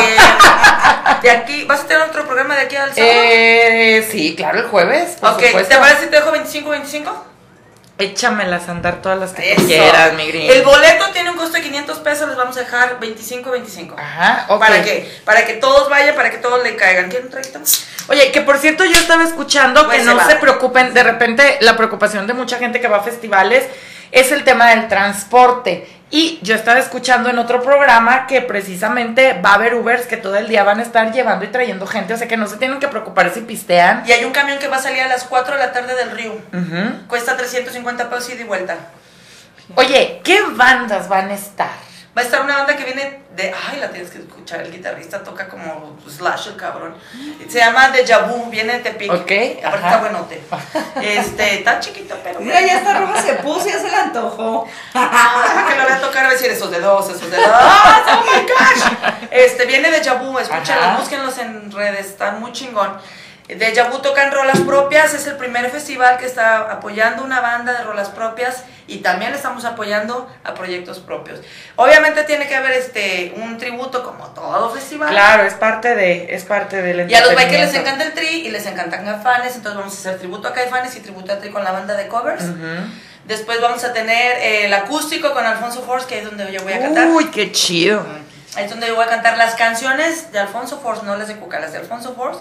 [SPEAKER 7] de aquí, ¿vas a tener otro programa de aquí al sábado?
[SPEAKER 3] Eh, sí, claro, el jueves, por
[SPEAKER 7] ok,
[SPEAKER 3] supuesto.
[SPEAKER 7] ¿te parece si te dejo veinticinco veinticinco?
[SPEAKER 3] Échamelas a andar todas las que tú
[SPEAKER 7] Eso.
[SPEAKER 3] quieras, mi gringo.
[SPEAKER 7] El boleto tiene un costo de quinientos pesos, les vamos a dejar veinticinco veinticinco.
[SPEAKER 3] Ajá, ok.
[SPEAKER 7] ¿Para qué? Para que todos vayan, para que todos le caigan. ¿Quieren un traguito?
[SPEAKER 3] Oye, que por cierto yo estaba escuchando
[SPEAKER 7] Pues
[SPEAKER 3] que
[SPEAKER 7] se
[SPEAKER 3] no
[SPEAKER 7] va.
[SPEAKER 3] se preocupen, de repente la preocupación de mucha gente que va a festivales es el tema del transporte. Y yo estaba escuchando en otro programa que precisamente va a haber Ubers que todo el día van a estar llevando y trayendo gente, o sea que no se tienen que preocupar si pistean.
[SPEAKER 7] Y hay un camión que va a salir a las cuatro de la tarde del río.
[SPEAKER 3] Ujú.
[SPEAKER 7] Cuesta trescientos cincuenta pesos ida y vuelta.
[SPEAKER 3] Oye, ¿qué bandas van a estar?
[SPEAKER 7] Va a estar una banda que viene de... Ay, la tienes que escuchar. El guitarrista toca como Slash, el cabrón. Se llama Deja Vu, viene de Tepic.
[SPEAKER 3] Ok,
[SPEAKER 7] aparte
[SPEAKER 3] ajá.
[SPEAKER 7] está buenote. Este, está chiquito, pero...
[SPEAKER 6] Mira, ya esta roja se puso, ya se le antojó.
[SPEAKER 7] Ah, que lo voy a tocar, a decir esos de dos, esos de dos. ¡Oh, my gosh! Este, viene Deja Vu, escúchenlos,
[SPEAKER 3] Ajá.
[SPEAKER 7] búsquenlos en redes, están muy chingón. Deja Vu tocan rolas propias, es el primer festival que está apoyando una banda de rolas propias y también le estamos apoyando a proyectos propios. Obviamente tiene que haber este un tributo como todo festival.
[SPEAKER 3] Claro, es parte de, es parte del
[SPEAKER 7] Y a los bikers les
[SPEAKER 3] entretenimiento.
[SPEAKER 7] encanta el tri y les encantan Caifanes, entonces vamos a hacer tributo a Caifanes y tributo a tri con la banda de covers.
[SPEAKER 3] Ujú.
[SPEAKER 7] Después vamos a tener eh, el acústico con Alfonso Force, que es donde yo voy a cantar.
[SPEAKER 3] Uy, qué chido.
[SPEAKER 7] Ahí es donde yo voy a cantar las canciones de Alfonso Force, no las de Cuca, las de Alfonso Force.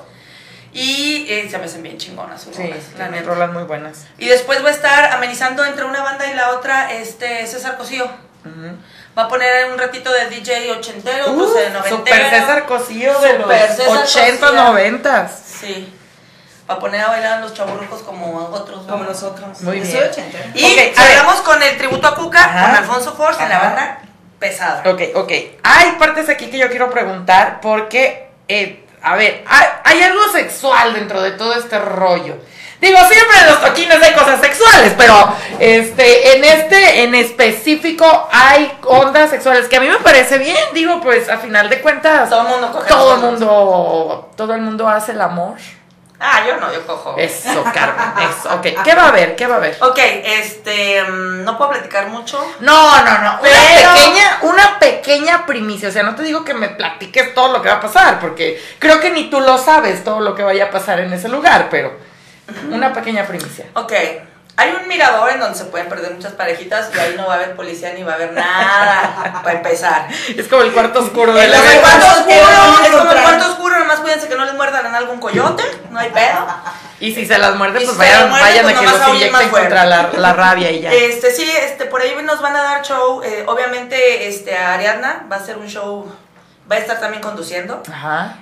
[SPEAKER 7] Y eh, se me hacen bien chingonas sus
[SPEAKER 3] Sí,
[SPEAKER 7] rolas, la
[SPEAKER 3] tiene
[SPEAKER 7] neta.
[SPEAKER 3] rolas muy buenas.
[SPEAKER 7] Y después va a estar amenizando entre una banda y la otra este César Cosío.
[SPEAKER 3] Ujú.
[SPEAKER 7] Va a poner un ratito de D J ochentero, otros
[SPEAKER 3] Uf,
[SPEAKER 7] de noventero.
[SPEAKER 3] Super César Cosío de
[SPEAKER 7] Super
[SPEAKER 3] los
[SPEAKER 7] César
[SPEAKER 3] ochentas,
[SPEAKER 7] Cosío.
[SPEAKER 3] noventas.
[SPEAKER 7] Sí. Va a poner a bailar a los chaburrucos como otros. ¿no?
[SPEAKER 6] Como nosotros.
[SPEAKER 3] Muy
[SPEAKER 6] Yo
[SPEAKER 3] bien.
[SPEAKER 6] soy ochentera.
[SPEAKER 7] Y
[SPEAKER 3] Ok, a ver.
[SPEAKER 7] cerramos con el tributo a Cuca,
[SPEAKER 3] Ajá.
[SPEAKER 7] con Alfonso Force en la
[SPEAKER 3] Ajá.
[SPEAKER 7] banda pesada.
[SPEAKER 3] Ok, ok. Hay partes aquí que yo quiero preguntar porque, eh, a ver, hay, hay algo sexual dentro de todo este rollo. Digo, siempre en los toquines hay cosas sexuales, pero este, en este en específico hay ondas sexuales que a mí me parece bien. Digo, pues a final de cuentas,
[SPEAKER 7] Todo el mundo coge
[SPEAKER 3] todo el
[SPEAKER 7] nosotros.
[SPEAKER 3] mundo, todo el mundo hace el amor.
[SPEAKER 7] Ah, yo no, yo cojo.
[SPEAKER 3] Eso, Carmen, eso. Ok, ¿qué va a haber? ¿Qué va a haber?
[SPEAKER 7] Ok, este, mm, no puedo platicar mucho.
[SPEAKER 3] No, no, no. Una
[SPEAKER 7] Pero-
[SPEAKER 3] pequeña, una pequeña primicia. O sea, no te digo que me platiques todo lo que va a pasar, porque creo que ni tú lo sabes todo lo que vaya a pasar en ese lugar, pero una pequeña primicia.
[SPEAKER 7] Ok, hay un mirador en donde se pueden perder muchas parejitas y ahí no va a haber policía ni va a haber nada para empezar.
[SPEAKER 3] Es como el cuarto oscuro de
[SPEAKER 7] Es
[SPEAKER 3] la
[SPEAKER 7] como el
[SPEAKER 3] vida.
[SPEAKER 7] cuarto
[SPEAKER 6] Cuarto
[SPEAKER 7] oscuro,
[SPEAKER 6] oscuro,
[SPEAKER 7] es como el
[SPEAKER 6] encontrar.
[SPEAKER 7] cuarto oscuro, nomás cuídense que no les muerdan en algún coyote, no hay pedo.
[SPEAKER 3] Y si se las muerde,
[SPEAKER 7] Y
[SPEAKER 3] pues
[SPEAKER 7] si se las
[SPEAKER 3] vayan,
[SPEAKER 7] muerde,
[SPEAKER 3] vayan
[SPEAKER 7] pues
[SPEAKER 3] a que
[SPEAKER 7] nomás
[SPEAKER 3] los
[SPEAKER 7] aúllen más
[SPEAKER 3] inyecten
[SPEAKER 7] fuerte.
[SPEAKER 3] contra la, la rabia y ya.
[SPEAKER 7] Este, sí, este, por ahí nos van a dar show, eh, obviamente, este, a Ariadna va a ser un show, va a estar también conduciendo.
[SPEAKER 3] Ajá.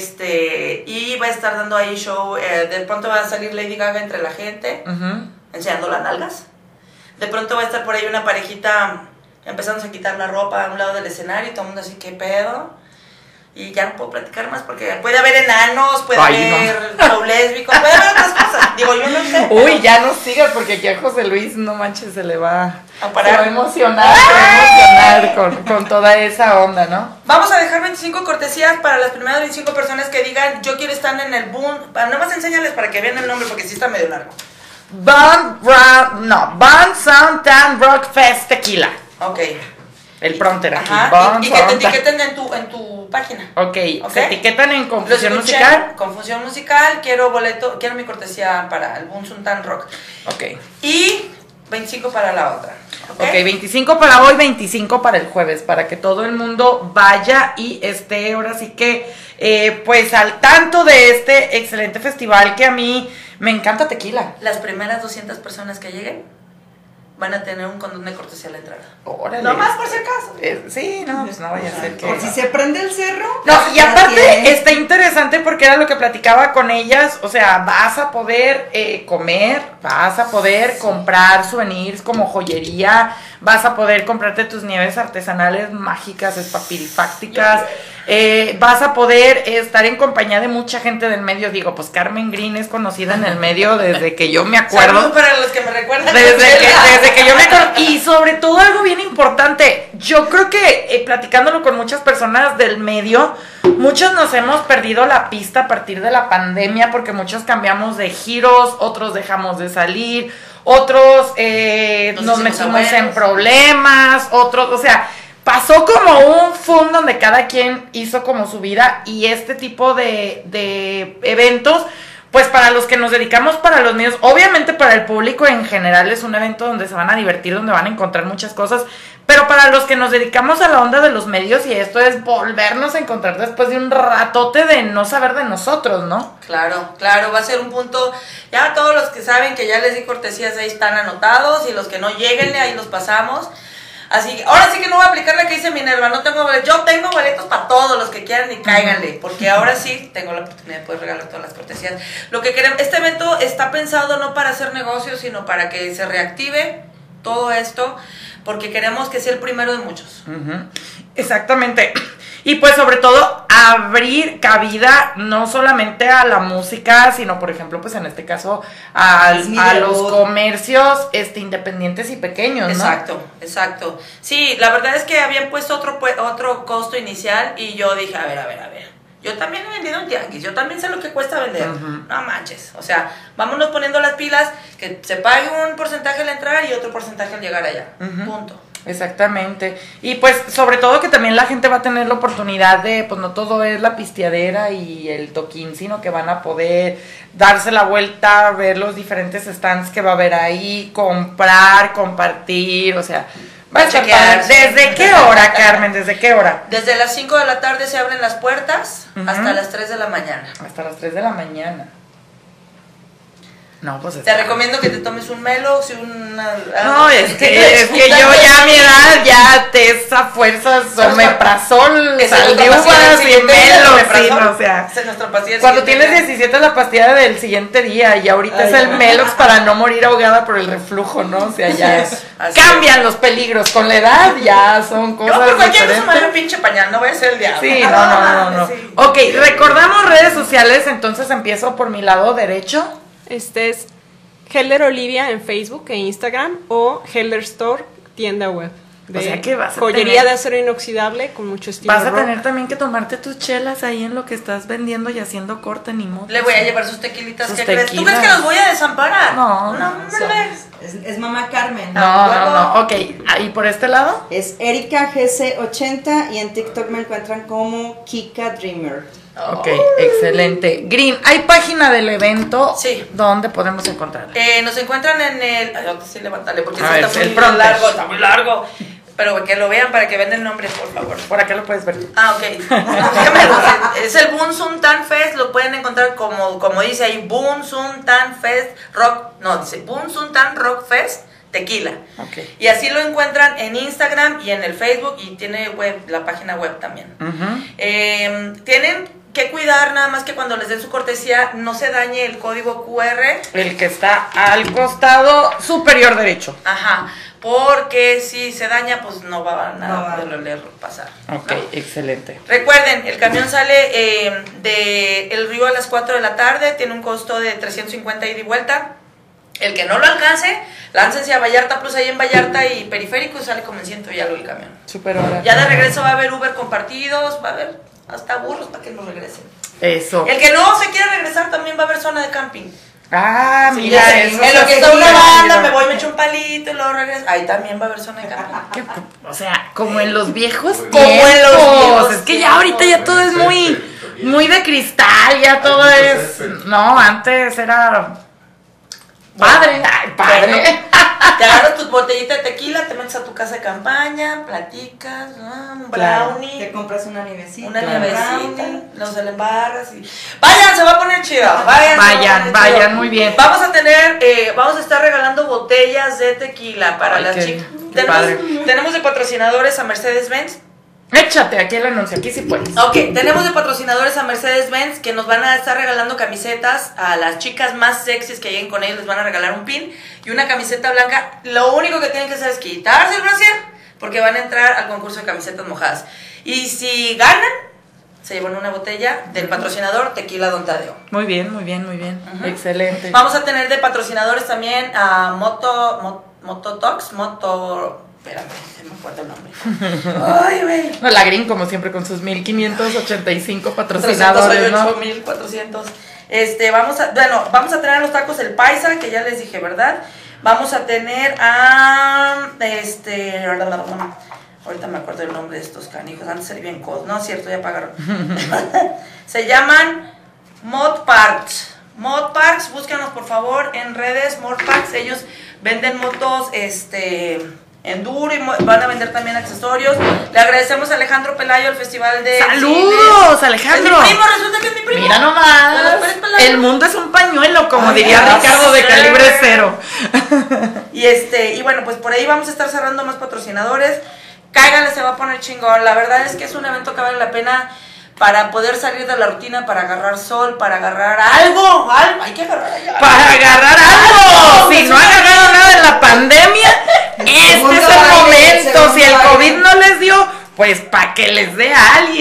[SPEAKER 7] Este, y va a estar dando ahí show, eh, de pronto va a salir Lady Gaga entre la gente,
[SPEAKER 3] Ujú.
[SPEAKER 7] enseñando las nalgas. De pronto va a estar por ahí una parejita empezando a quitar la ropa a un lado del escenario y todo el mundo así, ¿qué pedo? Y ya no puedo platicar más porque puede haber enanos, puede
[SPEAKER 3] Ay,
[SPEAKER 7] haber show lésbico, puede haber otras cosas. Digo, yo no sé.
[SPEAKER 3] Uy, ya no sigas porque aquí a José Luis, no manches, se le va
[SPEAKER 7] A
[SPEAKER 3] se
[SPEAKER 7] parar.
[SPEAKER 3] va a emocionar, se va a emocionar con, con toda esa onda, ¿no?
[SPEAKER 7] Vamos a dejar veinticinco cortesías para las primeras veinticinco personas que digan, yo quiero estar en el boom. Nada más enséñales para que vean el nombre porque sí está medio largo.
[SPEAKER 3] Band, Rock, no, Band Sound Tan Rock Fest Tequila.
[SPEAKER 7] Ok.
[SPEAKER 3] El prompter aquí.
[SPEAKER 7] Ajá,
[SPEAKER 3] Band
[SPEAKER 7] y, y que te
[SPEAKER 3] Sound Tan-
[SPEAKER 7] etiqueten en tu, en tu página.
[SPEAKER 3] Ok,
[SPEAKER 7] Ok.
[SPEAKER 3] se etiquetan en
[SPEAKER 7] Lo
[SPEAKER 3] confusión
[SPEAKER 7] escuché,
[SPEAKER 3] musical.
[SPEAKER 7] Confusión musical, quiero boleto, quiero mi cortesía para el Boom Sultan Rock.
[SPEAKER 3] Ok.
[SPEAKER 7] Y veinticinco para la otra. Ok,
[SPEAKER 3] Ok, veinticinco para hoy, veinticinco para el jueves, para que todo el mundo vaya y esté ahora sí que, eh, pues al tanto de este excelente festival que a mí me encanta tequila.
[SPEAKER 7] Las primeras doscientas personas que lleguen van a tener un condón de cortesía a la entrada.
[SPEAKER 3] Órale.
[SPEAKER 6] No más por si acaso.
[SPEAKER 3] Eh, sí, no, pues no vaya a ser que...
[SPEAKER 6] Por si se prende el cerro.
[SPEAKER 3] No, y
[SPEAKER 6] ya
[SPEAKER 3] aparte
[SPEAKER 6] tiene.
[SPEAKER 3] está interesante porque era lo que platicaba con ellas, o sea, vas a poder eh, comer, vas a poder comprar souvenirs como joyería, vas a poder comprarte tus nieves artesanales mágicas, espapirifácticas, eh, vas a poder estar en compañía de mucha gente del medio, digo, pues Carmen Green es conocida en el medio desde que yo me acuerdo.
[SPEAKER 7] Saludos para los que me recuerdan.
[SPEAKER 3] Desde que, desde que yo me acuerdo. Y sobre todo algo bien importante, yo creo que eh, platicándolo con muchas personas del medio, muchos nos hemos perdido la pista a partir de la pandemia porque muchos cambiamos de giros, otros dejamos de salir, otros eh,
[SPEAKER 7] Nos
[SPEAKER 3] nos,
[SPEAKER 7] hicimos
[SPEAKER 3] metimos en
[SPEAKER 7] abuelos.
[SPEAKER 3] problemas, otros, o sea, pasó como un fun donde cada quien hizo como su vida y este tipo de, de eventos, pues para los que nos dedicamos para los medios, obviamente para el público en general es un evento donde se van a divertir, donde van a encontrar muchas cosas, pero para los que nos dedicamos a la onda de los medios y esto es volvernos a encontrar después de un ratote de no saber de nosotros, ¿no?
[SPEAKER 7] Claro, claro, va a ser un punto. Ya todos los que saben que ya les di cortesías ahí están anotados y los que no lleguen ahí los pasamos. Así que ahora sí que no voy a aplicar la que dice Minerva, no tengo boletos, yo tengo boletos para todos los que quieran y cáiganle, porque ahora sí tengo la oportunidad de poder regalar todas las cortesías. Lo que queremos, este evento está pensado no para hacer negocios, sino para que se reactive todo esto porque queremos que sea el primero de muchos.
[SPEAKER 3] Uh-huh. Exactamente. Y pues sobre todo abrir cabida no solamente a la música, sino por ejemplo pues en este caso al, a los comercios este, independientes y pequeños, ¿no?
[SPEAKER 7] Exacto, exacto. Sí, la verdad es que habían puesto otro, otro costo inicial y yo dije, a ver, a ver, a ver. Yo también he vendido en tianguis, yo también sé lo que cuesta vender. Uh-huh. No manches. O sea, vámonos poniendo las pilas, que se pague un porcentaje al entrar y otro porcentaje al llegar allá. Uh-huh. Punto.
[SPEAKER 3] Exactamente. Y pues sobre todo que también la gente va a tener la oportunidad de, pues no todo es la pisteadera y el toquín, sino que van a poder darse la vuelta, ver los diferentes stands que va a haber ahí, comprar, compartir, o sea... Va a chequear. ¿Desde qué hora, Carmen? ¿Desde qué hora?
[SPEAKER 7] Desde las cinco de la tarde se abren las puertas, uh-huh, hasta las tres de la mañana.
[SPEAKER 3] Hasta las tres de la mañana. No, pues
[SPEAKER 7] te está... recomiendo que te tomes un Melox y una...
[SPEAKER 3] No, es que, es que yo ya a mi edad ya te esa fuerza omeprazol, saldivas y Melox, sí, no, o sea, cuando tienes diecisiete es la pastilla del siguiente día y ahorita Ay, es el Melox para no morir ahogada por el reflujo, ¿no? O sea, ya es, cambian es. los peligros con la edad, ya son cosas
[SPEAKER 7] yo por cualquier cosa me doy un pinche pañal, no voy a ser el diablo.
[SPEAKER 3] Sí, no, no, no, no. Sí. Ok, recordamos redes sociales, entonces empiezo por mi lado derecho.
[SPEAKER 5] Este es Heller Olivia en Facebook e Instagram o Heller Store, tienda web. De
[SPEAKER 3] o sea que vas a
[SPEAKER 5] joyería
[SPEAKER 3] tener,
[SPEAKER 5] de acero inoxidable con mucho estilo.
[SPEAKER 3] Vas a
[SPEAKER 5] rock.
[SPEAKER 3] tener también que tomarte tus chelas ahí en lo que estás vendiendo y haciendo corte ni modo.
[SPEAKER 7] Le voy a llevar sus tequilitas.
[SPEAKER 3] Sus
[SPEAKER 7] ¿Qué
[SPEAKER 3] tequilas.
[SPEAKER 7] crees? ¿Tú crees que los voy a desamparar?
[SPEAKER 3] No,
[SPEAKER 7] no,
[SPEAKER 3] no.
[SPEAKER 7] no ves.
[SPEAKER 6] Es, es mamá Carmen.
[SPEAKER 3] No, no, no. Ok, ¿y por este lado?
[SPEAKER 6] Es Erika G C ochenta y en TikTok me encuentran como Kika Dreamer.
[SPEAKER 3] Ok, excelente. Green, ¿hay página del evento?
[SPEAKER 7] Sí.
[SPEAKER 3] ¿Dónde podemos encontrarla?
[SPEAKER 7] Eh, nos encuentran en el... Ay, sí, levántale, porque
[SPEAKER 3] ver,
[SPEAKER 7] está muy
[SPEAKER 3] frontage.
[SPEAKER 7] largo, está muy largo. Pero que lo vean para que vean el nombre, por favor.
[SPEAKER 3] Por acá lo puedes ver.
[SPEAKER 7] Ah, ok. Es el Boom Zoom Tan Fest, lo pueden encontrar como, como dice ahí, Boom Zoom Tan Fest Rock, no, dice Boom Zoom Tan Rock Fest Tequila.
[SPEAKER 3] Okay.
[SPEAKER 7] Y así lo encuentran en Instagram y en el Facebook y tiene web, la página web también.
[SPEAKER 3] Uh-huh.
[SPEAKER 7] Eh, tienen que cuidar nada más que cuando les den su cortesía no se dañe el código cu erre.
[SPEAKER 3] El que está al costado superior derecho.
[SPEAKER 7] Ajá, porque si se daña pues no va a nada no va. poderlo leer pasar.
[SPEAKER 3] Ok,
[SPEAKER 7] ¿no?
[SPEAKER 3] Excelente.
[SPEAKER 7] Recuerden, el camión sale eh, de El Río a las cuatro de la tarde, tiene un costo de trescientos cincuenta ida y vuelta. El que no lo alcance, láncense a Vallarta Plus ahí en Vallarta y Periférico y sale como en ciento y algo el camión.
[SPEAKER 3] Super hora.
[SPEAKER 7] Ya de regreso va a haber Uber compartidos, va a haber hasta burros para que nos regresen.
[SPEAKER 3] Eso.
[SPEAKER 7] El que no se quiere regresar también va a haber zona de camping.
[SPEAKER 3] Ah,
[SPEAKER 7] sí,
[SPEAKER 3] mira,
[SPEAKER 7] sí,
[SPEAKER 3] eso.
[SPEAKER 7] En lo que está una banda, me voy, me echo un palito y luego regreso. Ahí también va a haber zona de camping.
[SPEAKER 3] O sea, como en los viejos
[SPEAKER 7] como tiempos. en los viejos.
[SPEAKER 3] Es que ya ahorita ya todo es muy, muy de cristal, ya todo es. No, antes era. Padre, ay, padre.
[SPEAKER 7] Bueno, te agarras tu botellita de tequila, te metes a tu casa de campaña, platicas, ¿no? Un brownie.
[SPEAKER 6] Te compras una nievecita.
[SPEAKER 7] Una nievecita, luego se la embarras y... Vayan, se va a poner chido. Vayan,
[SPEAKER 3] vayan, vayan chido. Muy bien.
[SPEAKER 7] Vamos a tener, eh, vamos a estar regalando botellas de tequila para Ay, las qué, chicas.
[SPEAKER 3] Qué
[SPEAKER 7] tenemos, tenemos de patrocinadores a Mercedes-Benz.
[SPEAKER 3] Échate aquí el anuncio, aquí sí puedes.
[SPEAKER 7] Ok, tenemos de patrocinadores a Mercedes-Benz que nos van a estar regalando camisetas. A las chicas más sexys que lleguen con ellos les van a regalar un pin y una camiseta blanca. Lo único que tienen que hacer es quitarse el brasier porque van a entrar al concurso de camisetas mojadas. Y si ganan, se llevan una botella del patrocinador Tequila Don Tadeo.
[SPEAKER 3] Muy bien, muy bien, muy bien. Uh-huh. Excelente.
[SPEAKER 7] Vamos a tener de patrocinadores también a Moto, Mo, Mototox, Moto... Espérame, se me acuerda el nombre. Ay, güey.
[SPEAKER 3] No, la Green, como siempre, con sus mil quinientos ochenta y cinco patrocinadores, ¿no?
[SPEAKER 7] ocho mil cuatrocientos. Este, vamos a, bueno, vamos a tener a los tacos El Paisa, que ya les dije, ¿verdad? Vamos a tener a, este, ahorita me acuerdo el nombre de estos canijos, antes se bien cos, no es cierto, ya pagaron. Se llaman Mod Parts. Mod Parts, búscanos por favor en redes, Mod Parts, ellos venden motos, este... enduro y van a vender también accesorios. Le agradecemos a Alejandro Pelayo al Festival de
[SPEAKER 3] ¡Saludos,
[SPEAKER 7] Cines.
[SPEAKER 3] Alejandro!
[SPEAKER 7] Es mi primo, resulta que es mi primo.
[SPEAKER 3] Mira nomás. El mundo es un pañuelo, como Ay, diría Ricardo de Calibre Cero.
[SPEAKER 7] Y este, y bueno, pues por ahí vamos a estar cerrando más patrocinadores. Cáiganle, se va a poner chingón. La verdad es que es un evento que vale la pena para poder salir de la rutina, para agarrar sol, para agarrar algo, algo, hay que agarrar allá.
[SPEAKER 3] Para agarrar algo. Si no han agarrado nada en la pandemia,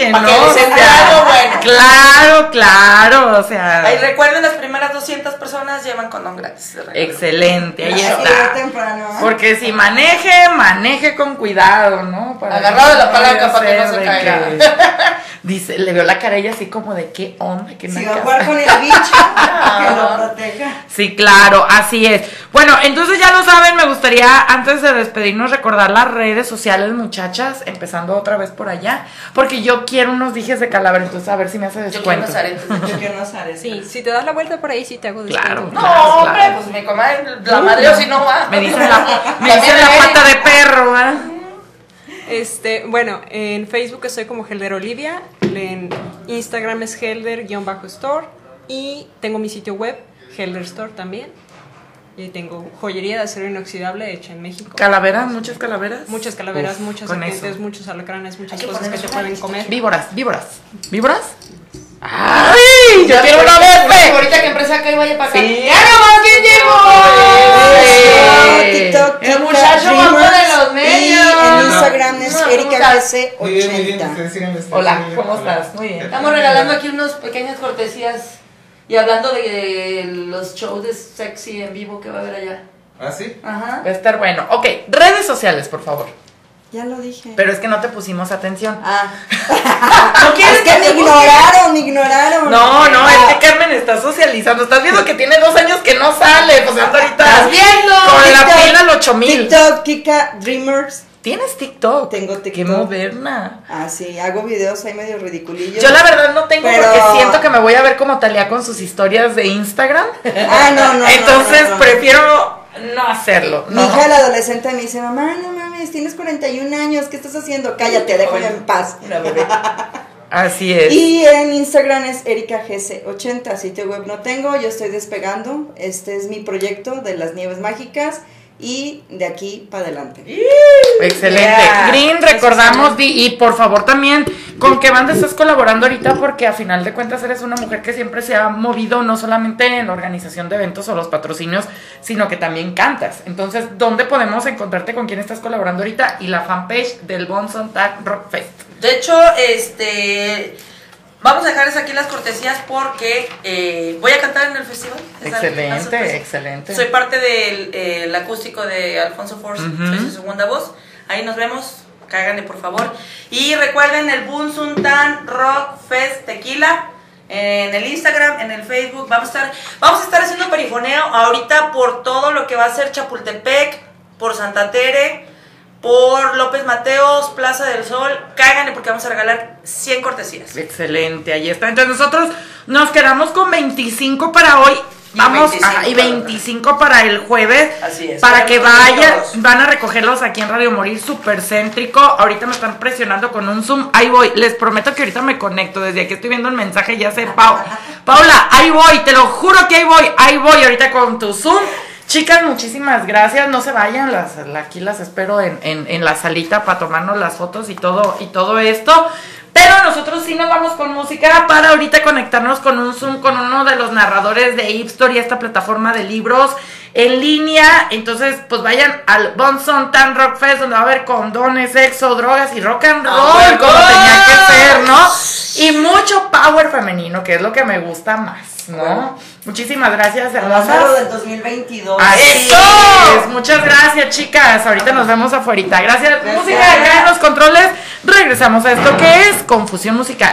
[SPEAKER 3] ¿no?
[SPEAKER 7] Pa' que les
[SPEAKER 3] O sea,
[SPEAKER 7] entre algo bueno.
[SPEAKER 3] Claro, claro, o sea.
[SPEAKER 7] Ahí recuerden, las primeras doscientas personas llevan condón gratis. de regalo.
[SPEAKER 3] Excelente, ahí
[SPEAKER 6] Así de
[SPEAKER 3] está.
[SPEAKER 6] temprano, ¿eh?
[SPEAKER 3] Porque si maneje, maneje con cuidado, ¿no? Para
[SPEAKER 7] Agarrado de la
[SPEAKER 3] no
[SPEAKER 7] palanca
[SPEAKER 3] vaya a
[SPEAKER 7] para que no
[SPEAKER 3] ser
[SPEAKER 7] se
[SPEAKER 3] de
[SPEAKER 7] caiga.
[SPEAKER 3] que- Dice, le veo la cara a ella así como de qué onda, qué
[SPEAKER 6] Si
[SPEAKER 3] naca.
[SPEAKER 6] va a jugar con el bicho, que lo proteja.
[SPEAKER 3] Sí, claro, así es. Bueno, entonces ya lo saben, me gustaría antes de despedirnos recordar las redes sociales, muchachas, empezando otra vez por allá, porque yo quiero unos dijes de Calavera, entonces a ver si me hace
[SPEAKER 7] Yo quiero
[SPEAKER 3] descuento.
[SPEAKER 7] unos aretes de
[SPEAKER 6] Yo quiero unos aretes.
[SPEAKER 5] Sí, si te das la vuelta por ahí, sí te hago descuento.
[SPEAKER 3] Claro.
[SPEAKER 7] No,
[SPEAKER 3] Claro,
[SPEAKER 7] hombre,
[SPEAKER 3] claro.
[SPEAKER 7] pues mi comadre, la madre o si no va.
[SPEAKER 3] Me dicen la, me
[SPEAKER 7] También
[SPEAKER 3] dicen la
[SPEAKER 7] Erika.
[SPEAKER 3] pata de perro, ¿eh?
[SPEAKER 5] Este, bueno, en Facebook estoy como Helder Olivia, en Instagram es Helder-store y tengo mi sitio web, Helder Store también. Y tengo joyería de acero inoxidable hecha en México.
[SPEAKER 3] Calaveras, muchas calaveras.
[SPEAKER 5] Muchas calaveras,
[SPEAKER 3] Uf,
[SPEAKER 5] muchas
[SPEAKER 3] con
[SPEAKER 5] serpientes,
[SPEAKER 3] eso.
[SPEAKER 5] muchos alacranes, muchas
[SPEAKER 7] Hay que
[SPEAKER 5] cosas que
[SPEAKER 7] ponerle
[SPEAKER 5] se
[SPEAKER 7] una
[SPEAKER 5] pueden comer.
[SPEAKER 3] Víboras, víboras. ¿Víboras? ¡Ay! ¡Yo quiero una
[SPEAKER 7] Ahorita-
[SPEAKER 3] verde!
[SPEAKER 7] Ahorita que empresa acá y vaya para acá.
[SPEAKER 3] Sí.
[SPEAKER 7] ¡Ya nomás quién
[SPEAKER 3] Eso.
[SPEAKER 7] llegó!
[SPEAKER 6] TikTok,
[SPEAKER 7] El muchacho guapo de los medios.
[SPEAKER 6] Y en Instagram es
[SPEAKER 7] No,
[SPEAKER 6] Erika
[SPEAKER 7] ¿cómo
[SPEAKER 6] G C
[SPEAKER 8] Muy bien, muy bien,
[SPEAKER 6] ochenta.
[SPEAKER 8] ustedes síganme, ustedes
[SPEAKER 3] Hola,
[SPEAKER 8] síganme.
[SPEAKER 3] ¿cómo
[SPEAKER 8] Hola.
[SPEAKER 3] estás? Muy bien.
[SPEAKER 7] Estamos regalando aquí unas pequeñas cortesías y hablando de los shows de sexy en vivo que va a haber allá.
[SPEAKER 8] ¿Ah, sí?
[SPEAKER 7] Ajá.
[SPEAKER 3] Va a estar bueno. Ok, redes sociales, por favor.
[SPEAKER 6] Ya lo dije.
[SPEAKER 3] Pero es que no te pusimos atención.
[SPEAKER 6] Ah.
[SPEAKER 3] ¿No quieres
[SPEAKER 6] Es que
[SPEAKER 3] que
[SPEAKER 6] me
[SPEAKER 3] te busque?
[SPEAKER 6] ignoraron, me ignoraron.
[SPEAKER 3] No, no,
[SPEAKER 6] Ah.
[SPEAKER 3] es que Carmen está socializando. Estás viendo que tiene dos años que no sale. Pues anda ahorita.
[SPEAKER 7] ¿Estás viendo?
[SPEAKER 3] Con la
[SPEAKER 6] TikTok,
[SPEAKER 3] pila al ocho mil.
[SPEAKER 6] TikTok, Kika Dreamers.
[SPEAKER 3] ¿Tienes TikTok?
[SPEAKER 6] Tengo
[SPEAKER 3] Qué
[SPEAKER 6] TikTok.
[SPEAKER 3] moderna.
[SPEAKER 6] Ah, sí, hago videos ahí medio ridiculillos.
[SPEAKER 3] Yo la verdad no tengo
[SPEAKER 6] Pero-
[SPEAKER 3] porque siento que me voy a ver como Talía con sus historias de Instagram.
[SPEAKER 6] Ah, no, no, no,
[SPEAKER 3] Entonces
[SPEAKER 6] no, no.
[SPEAKER 3] prefiero no hacerlo.
[SPEAKER 6] Mi
[SPEAKER 3] No.
[SPEAKER 6] hija, la adolescente, me dice, mamá, no mames, tienes cuarenta y un años, ¿qué estás haciendo? Cállate, déjame en paz.
[SPEAKER 7] Una bebé.
[SPEAKER 3] Así es.
[SPEAKER 6] Y en Instagram es Erika G C ochenta, sitio web no tengo, yo estoy despegando. Este es mi proyecto de las nieves mágicas y de aquí para adelante.
[SPEAKER 3] Excelente.
[SPEAKER 7] Yeah.
[SPEAKER 3] Green, recordamos, di- y por favor también, ¿con qué banda estás colaborando ahorita? Porque a final de cuentas eres una mujer que siempre se ha movido no solamente en la organización de eventos o los patrocinios, sino que también cantas. Entonces, ¿dónde podemos encontrarte con quién estás colaborando ahorita? Y la fanpage del Bon Sontag Rock Fest.
[SPEAKER 7] De hecho, este. Vamos a dejarles aquí las cortesías porque eh, voy a cantar en el festival. Es una
[SPEAKER 3] Excelente,
[SPEAKER 7] sorpresa.
[SPEAKER 3] excelente.
[SPEAKER 7] Soy parte del eh, el acústico de Alfonso Force,
[SPEAKER 3] Ujú.
[SPEAKER 7] soy su segunda voz. Ahí nos vemos, cáiganle por favor. Y recuerden el Bon Sontag Rock Fest Tequila en el Instagram, en el Facebook. Vamos a estar, vamos a estar haciendo perifoneo ahorita por todo lo que va a ser Chapultepec, por Santa Tere, por López Mateos, Plaza del Sol. Cáiganle porque vamos a regalar cien cortesías.
[SPEAKER 3] Excelente, ahí está. Entonces nosotros nos quedamos con veinticinco para hoy.
[SPEAKER 7] Y
[SPEAKER 3] Vamos,
[SPEAKER 7] veinticinco
[SPEAKER 3] ajá, y
[SPEAKER 7] para-
[SPEAKER 3] veinticinco para el jueves.
[SPEAKER 7] Así es.
[SPEAKER 3] Para que
[SPEAKER 7] Queremos
[SPEAKER 3] vayan,
[SPEAKER 7] todos.
[SPEAKER 3] van a recogerlos aquí en Radio Morir, súper céntrico. Ahorita me están presionando con un Zoom. Ahí voy, les prometo que ahorita me conecto. Desde aquí estoy viendo el mensaje, ya sé, Pau. Paula, ahí voy, te lo juro que ahí voy. Ahí voy ahorita con tu Zoom. Chicas, muchísimas gracias. No se vayan, las, la- aquí las espero en, en, en la salita para tomarnos las fotos y todo, y todo esto. Pero nosotros sí nos vamos con música para ahorita conectarnos con un Zoom con uno de los narradores de Hipstory, esta plataforma de libros en línea. Entonces, pues vayan al Bon Sontag Rock Fest, donde va a haber condones, sexo, drogas y rock and roll,
[SPEAKER 7] ¡Ah,
[SPEAKER 3] como
[SPEAKER 7] huevo!
[SPEAKER 3] tenía que ser, ¿no? Y mucho power femenino, que es lo que me gusta más, ¿no?
[SPEAKER 7] Bueno.
[SPEAKER 3] Muchísimas gracias,
[SPEAKER 6] Hablando
[SPEAKER 3] hermosas.
[SPEAKER 6] del dos mil veintidós.
[SPEAKER 3] Así
[SPEAKER 7] ¡Eso!
[SPEAKER 3] es. Muchas gracias, chicas. Ahorita nos vemos afuera. Gracias.
[SPEAKER 6] Gracias.
[SPEAKER 3] Música acá en los controles. Regresamos a esto que es Confusión Musical.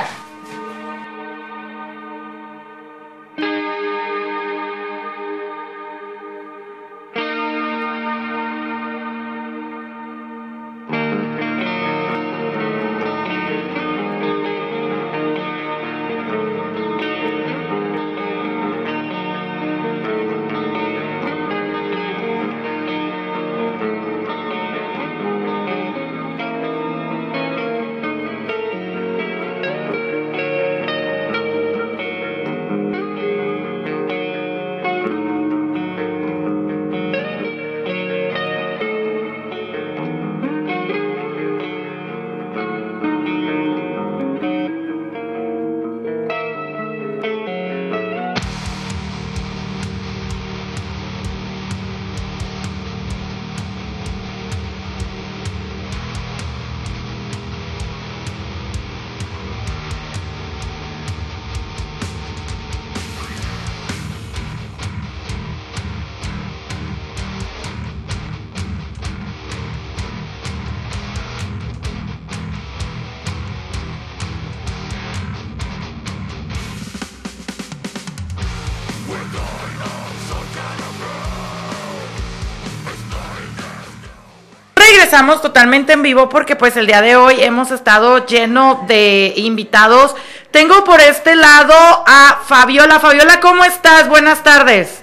[SPEAKER 3] regresamos totalmente en vivo porque pues el día de hoy hemos estado lleno de invitados. Tengo por este lado a Fabiola. Fabiola, ¿cómo estás? Buenas tardes.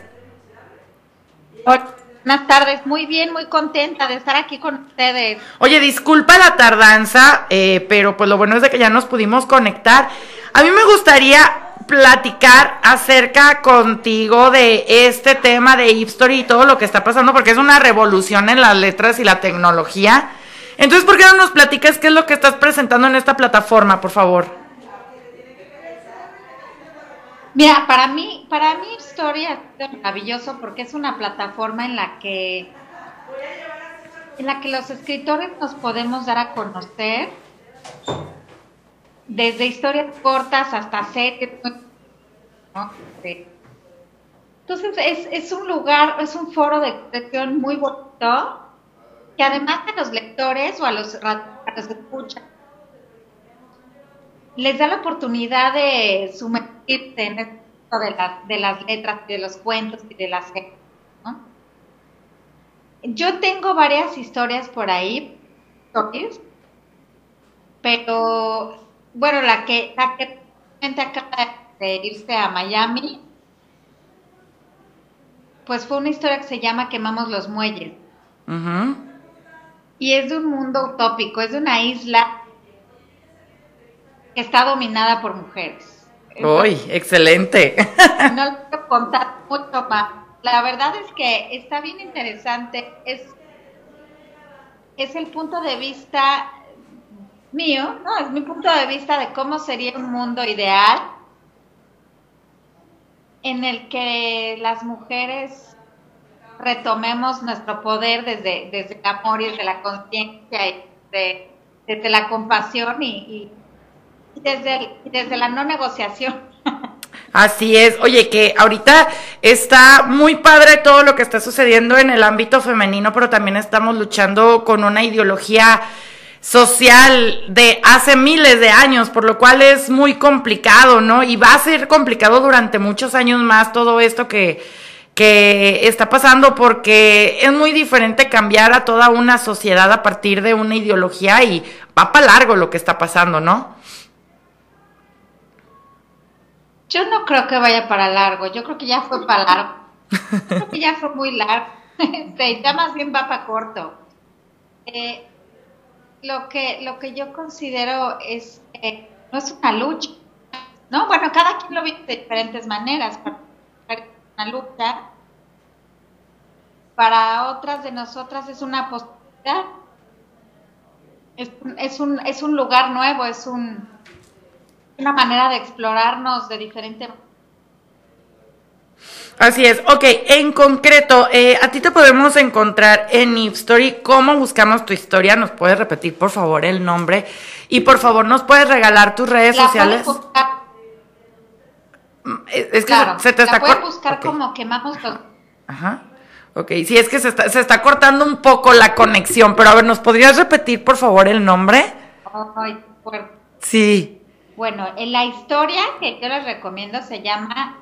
[SPEAKER 8] Buenas tardes, muy bien, muy contenta de estar aquí con ustedes.
[SPEAKER 3] Oye, disculpa la tardanza, eh, pero pues lo bueno es de que ya nos pudimos conectar. A mí me gustaría platicar acerca contigo de este tema de Hipstory y todo lo que está pasando, porque es una revolución en las letras y la tecnología. Entonces, ¿por qué no nos platicas qué es lo que estás presentando en esta plataforma, por favor?
[SPEAKER 8] Mira, para mí, para mí Hipstory ha sido maravilloso porque es una plataforma en la que en la que los escritores nos podemos dar a conocer, desde historias cortas hasta series, ¿no? Entonces es, es un lugar, es un foro de expresión muy bonito, que además a los lectores o a los, a los que escuchan, les da la oportunidad de sumergirse en esto de, la, de las letras, de los cuentos y de las series, ¿no? Yo tengo varias historias por ahí, pero bueno, la que la que acaba de irse a Miami, pues fue una historia que se llama Quemamos los Muelles.
[SPEAKER 3] Uh-huh.
[SPEAKER 8] Y es de un mundo utópico, es de una isla que está dominada por mujeres.
[SPEAKER 3] ¡Uy, excelente!
[SPEAKER 8] No les quiero contar mucho más. La verdad es que está bien interesante. Es, es el punto de vista mío, ¿no? Es mi punto de vista de cómo sería un mundo ideal en el que las mujeres retomemos nuestro poder desde, desde el amor y desde la conciencia y desde, desde la compasión y, y, y desde, el, y desde la no negociación.
[SPEAKER 3] Así es. Oye, que ahorita está muy padre todo lo que está sucediendo en el ámbito femenino, pero también estamos luchando con una ideología social de hace miles de años, por lo cual es muy complicado, ¿no? Y va a ser complicado durante muchos años más todo esto que, que está pasando, porque es muy diferente cambiar a toda una sociedad a partir de una ideología y va para largo lo que está pasando, ¿no?
[SPEAKER 8] Yo no creo que vaya para largo, yo creo que ya fue para largo, yo creo que ya fue muy largo, este, ya más bien va para corto. Eh, Lo que, lo que yo considero es que no es una lucha, ¿no? Bueno, cada quien lo vive de diferentes maneras. Para es una lucha, para otras de nosotras es una posibilidad. Es, es, un, es un lugar nuevo, es un, una manera de explorarnos de diferente manera.
[SPEAKER 3] Así es. Ok, en concreto, eh, a ti te podemos encontrar en Hipstory. ¿Cómo buscamos tu historia? ¿Nos puedes repetir, por favor, el nombre? Y, por favor, ¿nos puedes regalar tus redes
[SPEAKER 8] la
[SPEAKER 3] sociales?
[SPEAKER 8] Buscar,
[SPEAKER 3] es, es que
[SPEAKER 8] claro,
[SPEAKER 3] se, se te está
[SPEAKER 8] la puedes
[SPEAKER 3] cor-
[SPEAKER 8] buscar
[SPEAKER 3] okay.
[SPEAKER 8] como Quemamos los...
[SPEAKER 3] Ajá. Ok, sí, es que se está, se está cortando un poco la conexión, pero a ver, ¿nos podrías repetir, por favor, el nombre?
[SPEAKER 8] Ay, bueno.
[SPEAKER 3] Sí.
[SPEAKER 8] Bueno, en la historia que yo les recomiendo se llama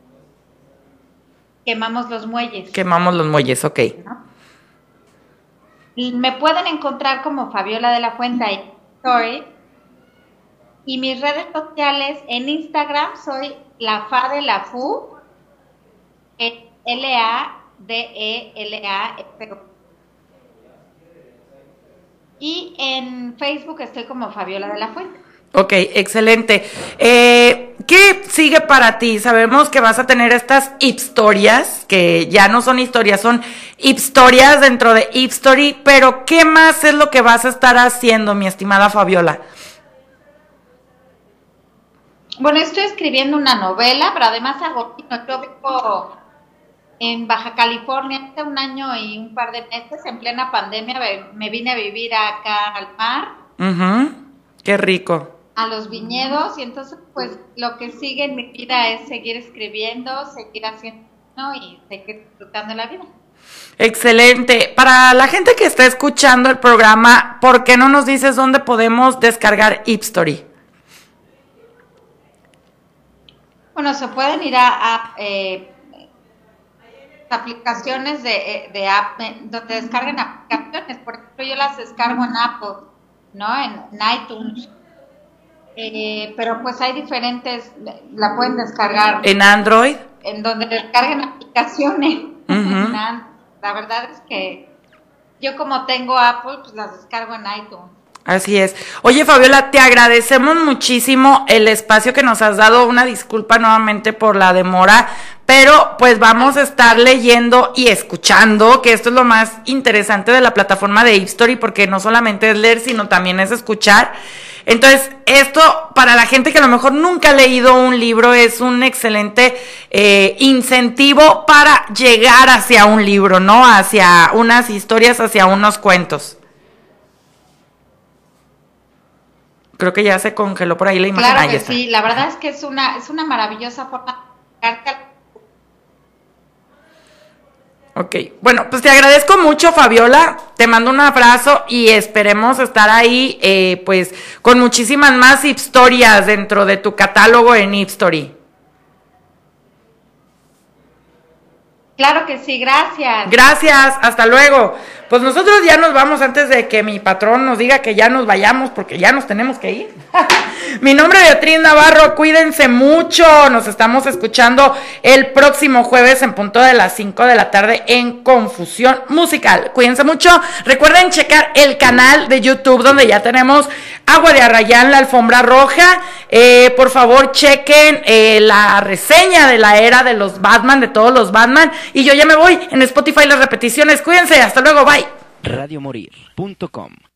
[SPEAKER 8] Quemamos los Muelles.
[SPEAKER 3] Quemamos los Muelles, ok.
[SPEAKER 8] ¿No? Y me pueden encontrar como Fabiola de la Fuente en Story. Y mis redes sociales en Instagram soy la Fa de la Fu, L A D E L A F U. Y en Facebook estoy como Fabiola de la Fuente.
[SPEAKER 3] Ok, excelente. Eh, ¿Qué sigue para ti? Sabemos que vas a tener estas hipstorias, que ya no son historias, son hipstorias dentro de Hipstory, pero ¿qué más es lo que vas a estar haciendo, mi estimada Fabiola?
[SPEAKER 8] Bueno, estoy escribiendo una novela, pero además hago, yo vivo en Baja California hace un año y un par de meses, en plena pandemia, me vine a vivir acá al mar.
[SPEAKER 3] Uh-huh. Qué rico.
[SPEAKER 8] A los viñedos, y entonces pues lo que sigue en mi vida es seguir escribiendo, seguir haciendo, ¿no? Y seguir disfrutando la vida.
[SPEAKER 3] Excelente. Para la gente que está escuchando el programa, ¿por qué no nos dices dónde podemos descargar Hipstory?
[SPEAKER 8] Bueno, se pueden ir a, a eh, aplicaciones de, de app, donde descarguen aplicaciones, por ejemplo, yo las descargo en Apple, ¿no? En, en iTunes. Eh, pero pues hay diferentes, la pueden descargar.
[SPEAKER 3] ¿En Android?
[SPEAKER 8] En donde descarguen aplicaciones.
[SPEAKER 3] Uh-huh.
[SPEAKER 8] La verdad es que yo como tengo Apple, pues las descargo en iTunes.
[SPEAKER 3] Así es. Oye, Fabiola, te agradecemos muchísimo el espacio que nos has dado. Una disculpa nuevamente por la demora, pero pues vamos a estar leyendo y escuchando, que esto es lo más interesante de la plataforma de Hipstory, porque no solamente es leer, sino también es escuchar. Entonces, esto para la gente que a lo mejor nunca ha leído un libro es un excelente eh, incentivo para llegar hacia un libro, ¿no? Hacia unas historias, hacia unos cuentos. Creo que ya se congeló por ahí la imagen.
[SPEAKER 8] Claro
[SPEAKER 3] ah,
[SPEAKER 8] que
[SPEAKER 3] está.
[SPEAKER 8] Sí, la verdad es que es una, es una maravillosa forma de acercarte.
[SPEAKER 3] Ok, bueno, pues te agradezco mucho, Fabiola, te mando un abrazo y esperemos estar ahí, eh, pues, con muchísimas más historias dentro de tu catálogo en Hipstory.
[SPEAKER 8] Claro que sí, gracias.
[SPEAKER 3] Gracias, hasta luego. Pues nosotros ya nos vamos antes de que mi patrón nos diga que ya nos vayamos porque ya nos tenemos que ir. Mi nombre es Beatriz Navarro, cuídense mucho, nos estamos escuchando el próximo jueves en punto de las cinco de la tarde en Confusión Musical. Cuídense mucho, recuerden checar el canal de YouTube donde ya tenemos Agua de Arrayán, la alfombra roja. Eh, por favor chequen eh, la reseña de la era de los Batman, de todos los Batman. Y yo ya me voy en Spotify las repeticiones, cuídense, hasta luego, bye.
[SPEAKER 1] radio morir punto com